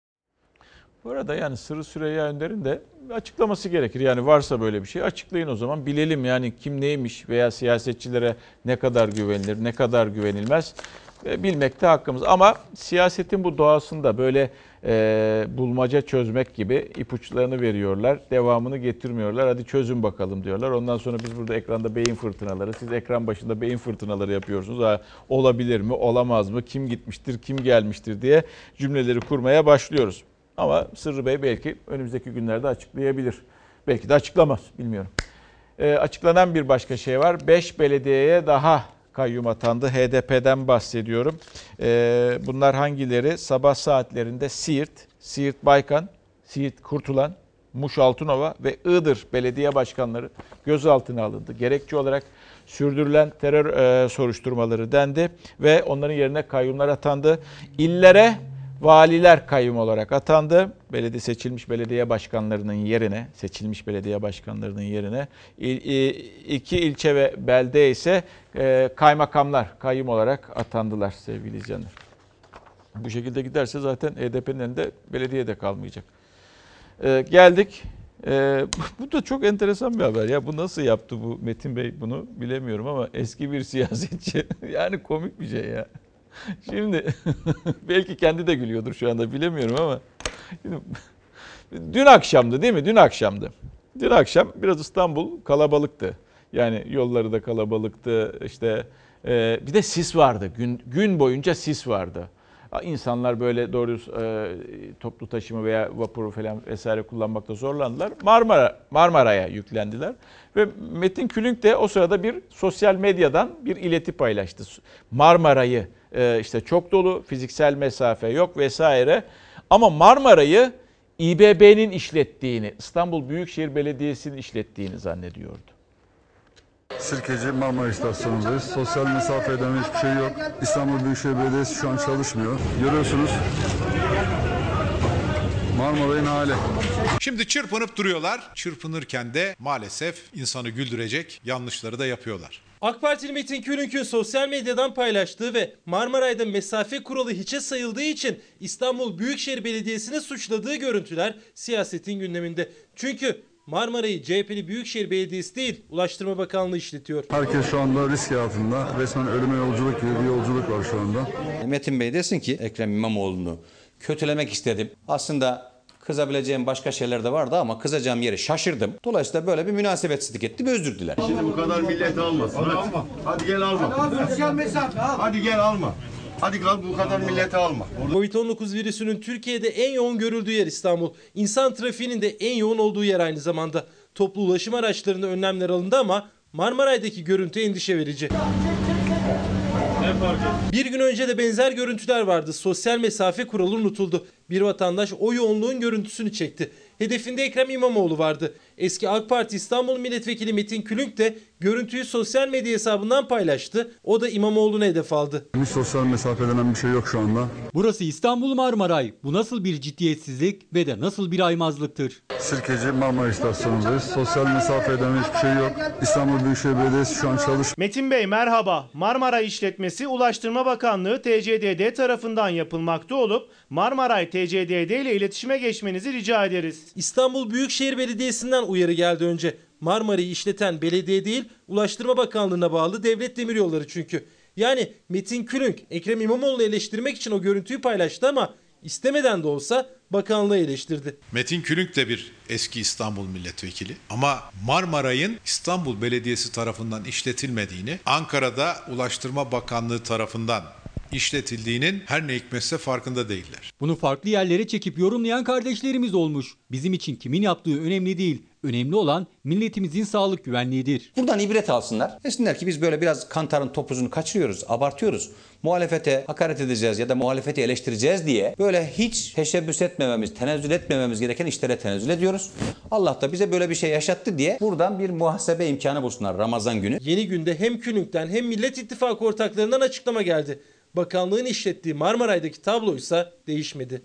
Bu arada yani Sırrı Süreyya Önder'in de açıklaması gerekir. Yani varsa böyle bir şey açıklayın o zaman. Bilelim yani kim neymiş veya siyasetçilere ne kadar güvenilir, ne kadar güvenilmez bilmekte hakkımız. Ama siyasetin bu doğasında böyle e, bulmaca çözmek gibi ipuçlarını veriyorlar. Devamını getirmiyorlar. Hadi çözün bakalım diyorlar. Ondan sonra biz burada ekranda beyin fırtınaları, siz ekran başında beyin fırtınaları yapıyorsunuz. Ha, olabilir mi, olamaz mı, kim gitmiştir, kim gelmiştir diye cümleleri kurmaya başlıyoruz. Ama Sırrı Bey belki önümüzdeki günlerde açıklayabilir. Belki de açıklamaz, bilmiyorum. E, açıklanan bir başka şey var. beş belediyeye daha kayyum atandı. H D P'den bahsediyorum. Ee, bunlar hangileri? Sabah saatlerinde Siirt, Siirt Baykan, Siirt Kurtulan, Muş Altınova ve Iğdır belediye başkanları gözaltına alındı. Gerekçe olarak sürdürülen terör e, soruşturmaları dendi ve onların yerine kayyumlar atandı. İllere valiler kayyum olarak atandı. Belediye seçilmiş belediye başkanlarının yerine, seçilmiş belediye başkanlarının yerine il, iki ilçe ve belde ise e, kaymakamlar kayyum olarak atandılar sevgili izleyenler. Bu şekilde giderse zaten H D P'nin elinde belediye de kalmayacak. E, geldik. E, bu da çok enteresan bir haber ya. Bu nasıl yaptı bu Metin Bey bunu bilemiyorum ama eski bir siyasetçi. Yani komik bir şey ya. Şimdi belki kendi de gülüyordur şu anda bilemiyorum ama şimdi, dün akşamdı değil mi? Dün akşamdı. Dün akşam biraz İstanbul kalabalıktı. Yani yolları da kalabalıktı. İşte e, bir de sis vardı. Gün gün boyunca sis vardı. İnsanlar böyle doğru e, toplu taşıma veya vapuru falan vesaire kullanmakta zorlandılar. Marmara Marmara'ya yüklendiler ve Metin Külünk de o sırada bir sosyal medyadan bir ileti paylaştı. Marmara'yı e, işte çok dolu, fiziksel mesafe yok vesaire. Ama Marmara'yı İ B B'nin işlettiğini, İstanbul Büyükşehir Belediyesi'nin işlettiğini zannediyordu. Sirkeci Marmara İstasyonu'ndayız. Sosyal mesafe ödeme hiçbir şey yok. İstanbul Büyükşehir Belediyesi şu an çalışmıyor. Görüyorsunuz Marmara'nın hali. Şimdi çırpınıp duruyorlar. Çırpınırken de maalesef insanı güldürecek yanlışları da yapıyorlar. AK Partili Metin Külünk'ün sosyal medyadan paylaştığı ve Marmaray'da mesafe kuralı hiçe sayıldığı için İstanbul Büyükşehir Belediyesi'ni suçladığı görüntüler siyasetin gündeminde. Çünkü Marmara'yı C H P'li Büyükşehir Belediyesi değil, Ulaştırma Bakanlığı işletiyor. Herkes şu anda risk altında. Resmen ölüme yolculuk gibi bir yolculuk var şu anda. Metin Bey desin ki Ekrem İmamoğlu'nu kötülemek istedim. Aslında kızabileceğim başka şeyler de vardı ama kızacağım yeri şaşırdım. Dolayısıyla böyle bir münasebetsizlik ettim, özür diler. Şimdi bu kadar millet almasın. Hadi, alma. Hadi gel alma. Hadi gel alma. Hadi kal bu kadar milleti alma. Covid on dokuz virüsünün Türkiye'de en yoğun görüldüğü yer İstanbul. İnsan trafiğinin de en yoğun olduğu yer aynı zamanda. Toplu ulaşım araçlarında önlemler alındı ama Marmaray'daki görüntü endişe verici. Bir gün önce de benzer görüntüler vardı. Sosyal mesafe kuralı unutuldu. Bir vatandaş o yoğunluğun görüntüsünü çekti. Hedefinde Ekrem İmamoğlu vardı. Eski AK Parti İstanbul Milletvekili Metin Külünk de görüntüyü sosyal medya hesabından paylaştı. O da İmamoğlu'nu hedef aldı. Hiç sosyal mesafe denen bir şey yok şu anda. Burası İstanbul Marmaray. Bu nasıl bir ciddiyetsizlik ve de nasıl bir aymazlıktır? Sirkeci Marmara İstasyonu'ndayız. Sosyal mesafe ödeme hiçbir şey yok. İstanbul Büyükşehir Belediyesi şu an çalışmıyor. Metin Bey merhaba. Marmara işletmesi Ulaştırma Bakanlığı T C D D tarafından yapılmakta olup Marmaray T C D D ile iletişime geçmenizi rica ederiz. İstanbul Büyükşehir Belediyesi'nden uyarı geldi önce. Marmara'yı işleten belediye değil, Ulaştırma Bakanlığı'na bağlı Devlet Demiryolları çünkü. Yani Metin Külünk Ekrem İmamoğlu'nu eleştirmek için o görüntüyü paylaştı ama istemeden de olsa bakanlığı eleştirdi. Metin Külünk de bir eski İstanbul milletvekili ama Marmaray'ın İstanbul Belediyesi tarafından işletilmediğini, Ankara'da Ulaştırma Bakanlığı tarafından işletildiğinin her ne hikmetse farkında değiller. Bunu farklı yerlere çekip yorumlayan kardeşlerimiz olmuş. Bizim için kimin yaptığı önemli değil. Önemli olan milletimizin sağlık güvenliğidir. Buradan ibret alsınlar. Desinler ki biz böyle biraz kantarın topuzunu kaçırıyoruz, abartıyoruz. Muhalefete hakaret edeceğiz ya da muhalefeti eleştireceğiz diye böyle hiç teşebbüs etmememiz, tenezzül etmememiz gereken işlere tenezzül ediyoruz. Allah da bize böyle bir şey yaşattı diye buradan bir muhasebe imkanı bulsunlar Ramazan günü. Yeni günde hem Külünk'ten hem Millet İttifakı ortaklarından açıklama geldi. Bakanlığın işlettiği Marmaray'daki tabloysa değişmedi.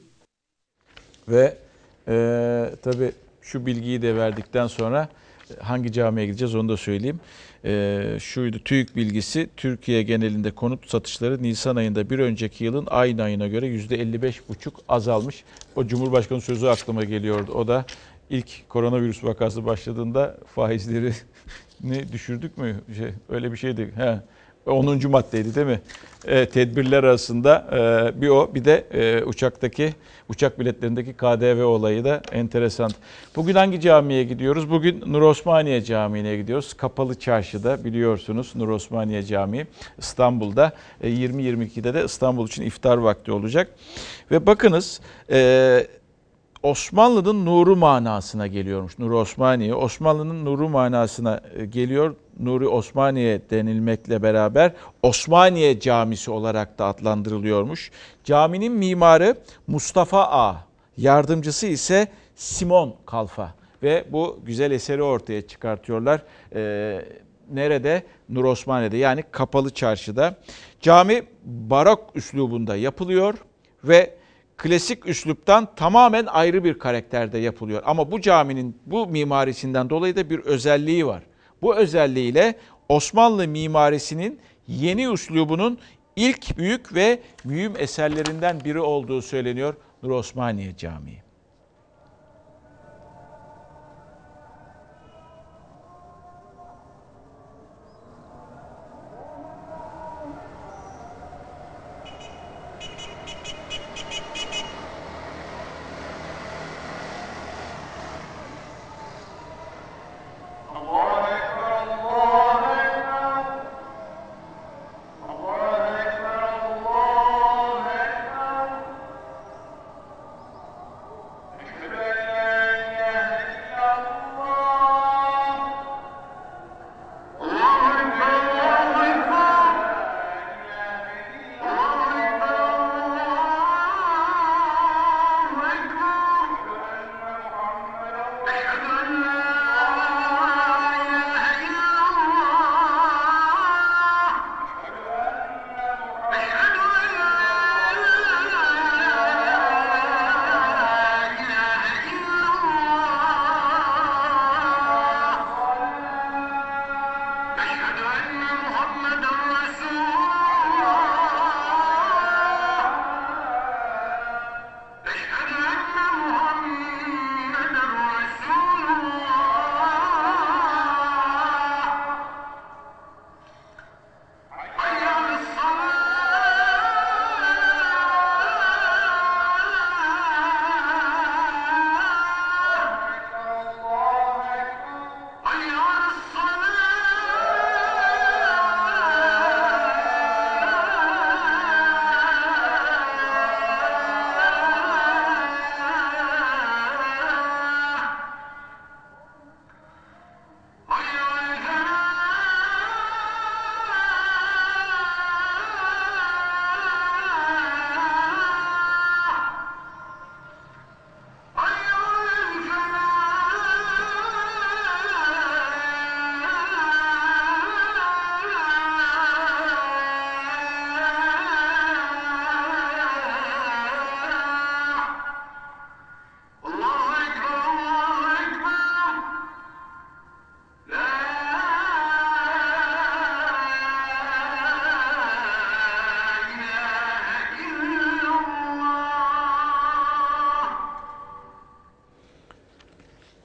Ve e, tabii şu bilgiyi de verdikten sonra hangi camiye gideceğiz onu da söyleyeyim. E, şuydu TÜİK bilgisi, Türkiye genelinde konut satışları Nisan ayında bir önceki yılın aynı ayına göre yüzde elli beş buçuk azalmış. O Cumhurbaşkanı sözü aklıma geliyordu. O da ilk koronavirüs vakası başladığında faizleri ne düşürdük mü? Şey, öyle bir şeydi. He. onuncu maddeydi değil mi? E, tedbirler arasında e, bir o bir de e, uçaktaki uçak biletlerindeki K D V olayı da enteresan. Bugün hangi camiye gidiyoruz? Bugün Nur Osmaniye Camii'ne gidiyoruz. Kapalı Çarşı'da biliyorsunuz Nur Osmaniye Camii İstanbul'da e, yirmi yirmi ikide de İstanbul için iftar vakti olacak. Ve bakınız e, Osmanlı'nın nuru manasına geliyormuş. Nur Osmaniye Osmanlı'nın nuru manasına geliyor. Nuri Osmaniye denilmekle beraber Osmaniye Camisi olarak da adlandırılıyormuş. Caminin mimarı Mustafa Ağa, yardımcısı ise Simon Kalfa ve bu güzel eseri ortaya çıkartıyorlar. Ee, nerede? Nur Osmaniye'de, yani Kapalı Çarşı'da. Cami barok üslubunda yapılıyor ve klasik üsluptan tamamen ayrı bir karakterde yapılıyor. Ama bu caminin bu mimarisinden dolayı da bir özelliği var. Bu özelliğiyle Osmanlı mimarisinin yeni üslubunun ilk büyük ve mühim eserlerinden biri olduğu söyleniyor Nur Osmaniye Camii.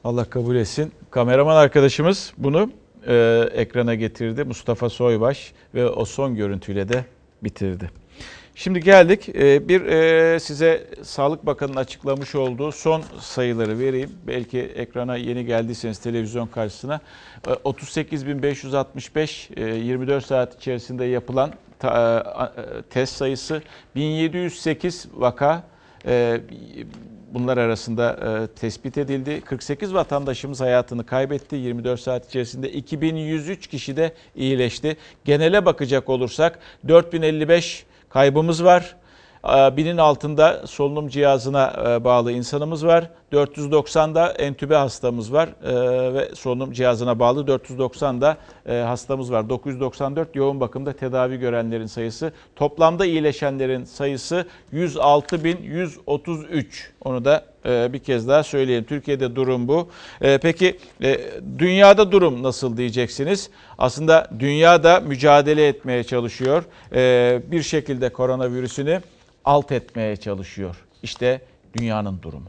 Allah kabul etsin. Kameraman arkadaşımız bunu e, ekrana getirdi. Mustafa Soybaş ve o son görüntüyle de bitirdi. Şimdi geldik e, bir e, size Sağlık Bakanı'nın açıklamış olduğu son sayıları vereyim. Belki ekrana yeni geldiyseniz televizyon karşısına e, otuz sekiz bin beş yüz altmış beş e, yirmi dört saat içerisinde yapılan ta, e, test sayısı, bin yedi yüz sekiz vaka e, bunlar arasında e, tespit edildi. kırk sekiz vatandaşımız hayatını kaybetti. yirmi dört saat içerisinde iki bin yüz üç kişi de iyileşti. Genele bakacak olursak dört bin elli beş kaybımız var. Binin altında solunum cihazına bağlı insanımız var. dört yüz doksanda entübe hastamız var ve solunum cihazına bağlı dört yüz doksanda hastamız var. dokuz yüz doksan dört yoğun bakımda tedavi görenlerin sayısı. Toplamda iyileşenlerin sayısı yüz altı bin yüz otuz üç. Onu da bir kez daha söyleyeyim. Türkiye'de durum bu. Peki dünyada durum nasıl diyeceksiniz? Aslında dünya da mücadele etmeye çalışıyor. Bir şekilde koronavirüsünü alt etmeye çalışıyor. İşte dünyanın durumu.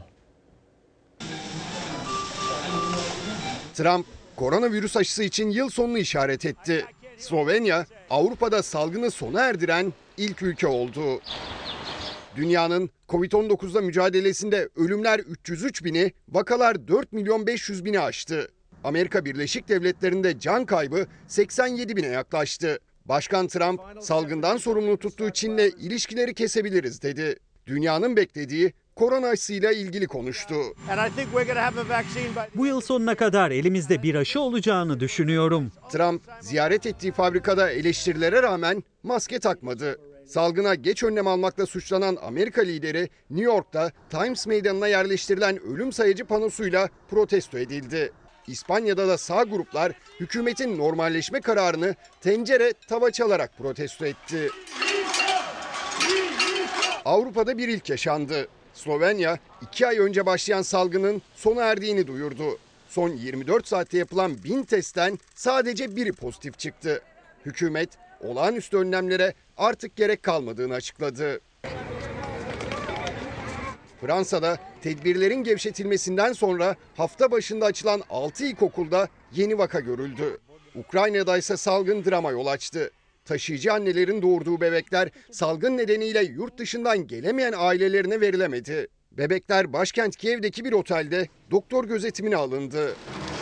Trump, koronavirüs aşısı için yıl sonunu işaret etti. Slovenya, Avrupa'da salgını sona erdiren ilk ülke oldu. Dünyanın kovid on dokuzla mücadelesinde ölümler üç yüz üç bini, vakalar dört milyon beş yüz bini aştı. Amerika Birleşik Devletleri'nde can kaybı seksen yedi bine yaklaştı. Başkan Trump, salgından sorumlu tuttuğu Çin'le ilişkileri kesebiliriz dedi. Dünyanın beklediği korona aşısıyla ilgili konuştu. Bu yıl sonuna kadar elimizde bir aşı olacağını düşünüyorum. Trump, ziyaret ettiği fabrikada eleştirilere rağmen maske takmadı. Salgına geç önlem almakla suçlanan Amerika lideri New York'ta Times Meydanı'na yerleştirilen ölüm sayıcı panosuyla protesto edildi. İspanya'da da sağ gruplar hükümetin normalleşme kararını tencere tava çalarak protesto etti. Avrupa'da bir ilk yaşandı. Slovenya iki ay önce başlayan salgının sona erdiğini duyurdu. Son yirmi dört saatte yapılan bin testten sadece biri pozitif çıktı. Hükümet olağanüstü önlemlere artık gerek kalmadığını açıkladı. Fransa'da tedbirlerin gevşetilmesinden sonra hafta başında açılan altı ilkokulda yeni vaka görüldü. Ukrayna'da ise salgın drama yol açtı. Taşıyıcı annelerin doğurduğu bebekler salgın nedeniyle yurt dışından gelemeyen ailelerine verilemedi. Bebekler başkent Kiev'deki bir otelde doktor gözetimine alındı.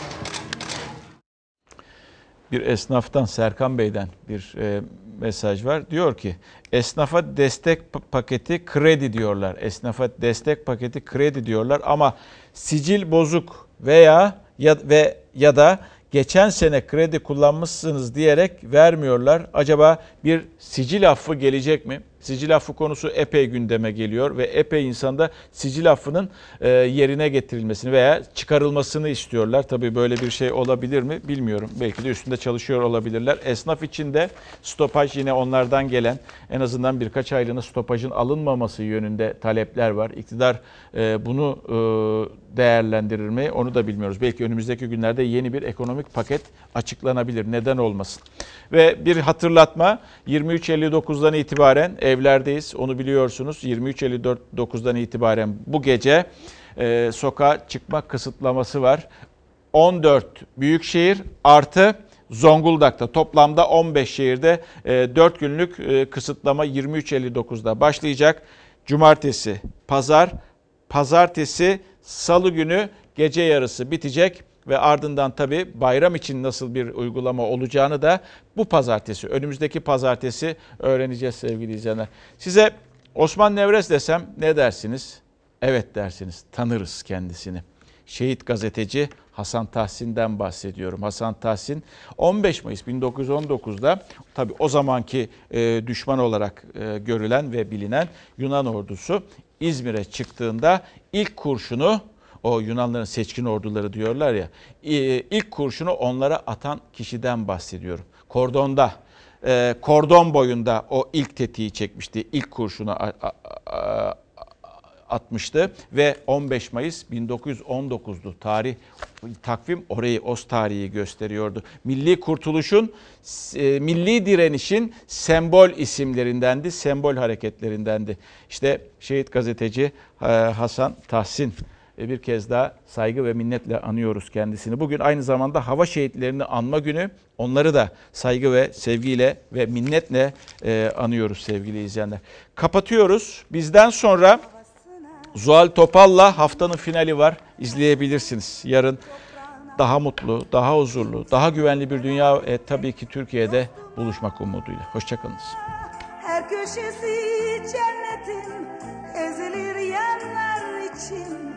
Bir esnaftan, Serkan Bey'den bir e, mesaj var. Diyor ki esnafa destek paketi kredi diyorlar. Esnafa destek paketi kredi diyorlar ama sicil bozuk veya ya, ve ya da geçen sene kredi kullanmışsınız diyerek vermiyorlar. Acaba bir sicil affı gelecek mi? Sicil affı konusu epey gündeme geliyor ve epey insanda sicil affının yerine getirilmesini veya çıkarılmasını istiyorlar. Tabii böyle bir şey olabilir mi bilmiyorum. Belki de üstünde çalışıyor olabilirler. Esnaf için de stopaj yine onlardan gelen, en azından birkaç aylığına stopajın alınmaması yönünde talepler var. İktidar bunu değerlendirir mi onu da bilmiyoruz. Belki önümüzdeki günlerde yeni bir ekonomik paket açıklanabilir. Neden olmasın? Ve bir hatırlatma, yirmi üç elli dokuzdan itibaren evlerdeyiz. Onu biliyorsunuz. yirmi üç elli dokuzdan itibaren bu gece e, sokağa çıkma kısıtlaması var. on dört büyükşehir artı Zonguldak'ta toplamda on beş şehirde e, dört günlük e, kısıtlama yirmi üç elli dokuzda başlayacak. Cumartesi, pazar, pazartesi, salı günü gece yarısı bitecek. Ve ardından tabii bayram için nasıl bir uygulama olacağını da bu pazartesi, önümüzdeki pazartesi öğreneceğiz sevgili izleyenler. Size Osman Nevres desem ne dersiniz? Evet dersiniz, tanırız kendisini. Şehit gazeteci Hasan Tahsin'den bahsediyorum. Hasan Tahsin on beş Mayıs bin dokuz yüz on dokuzda tabii o zamanki düşman olarak görülen ve bilinen Yunan ordusu İzmir'e çıktığında ilk kurşunu, o Yunanların seçkin orduları diyorlar ya, ilk kurşunu onlara atan kişiden bahsediyorum. Kordonda, kordon boyunda o ilk tetiği çekmişti, ilk kurşunu atmıştı ve on beş Mayıs bin dokuz yüz on dokuzdu tarih, takvim orayı, o tarihi gösteriyordu. Milli kurtuluşun, milli direnişin sembol isimlerindendi, sembol hareketlerindendi. İşte şehit gazeteci Hasan Tahsin bir kez daha saygı ve minnetle anıyoruz kendisini. Bugün aynı zamanda hava şehitlerini anma günü. Onları da saygı ve sevgiyle ve minnetle e, anıyoruz sevgili izleyenler. Kapatıyoruz. Bizden sonra Zuhal Topal'la haftanın finali var. İzleyebilirsiniz. Yarın daha mutlu, daha huzurlu, daha güvenli bir dünya e, tabii ki Türkiye'de buluşmak umuduyla. Hoşçakalınız. Her köşesi cennetin ezilir yerler için.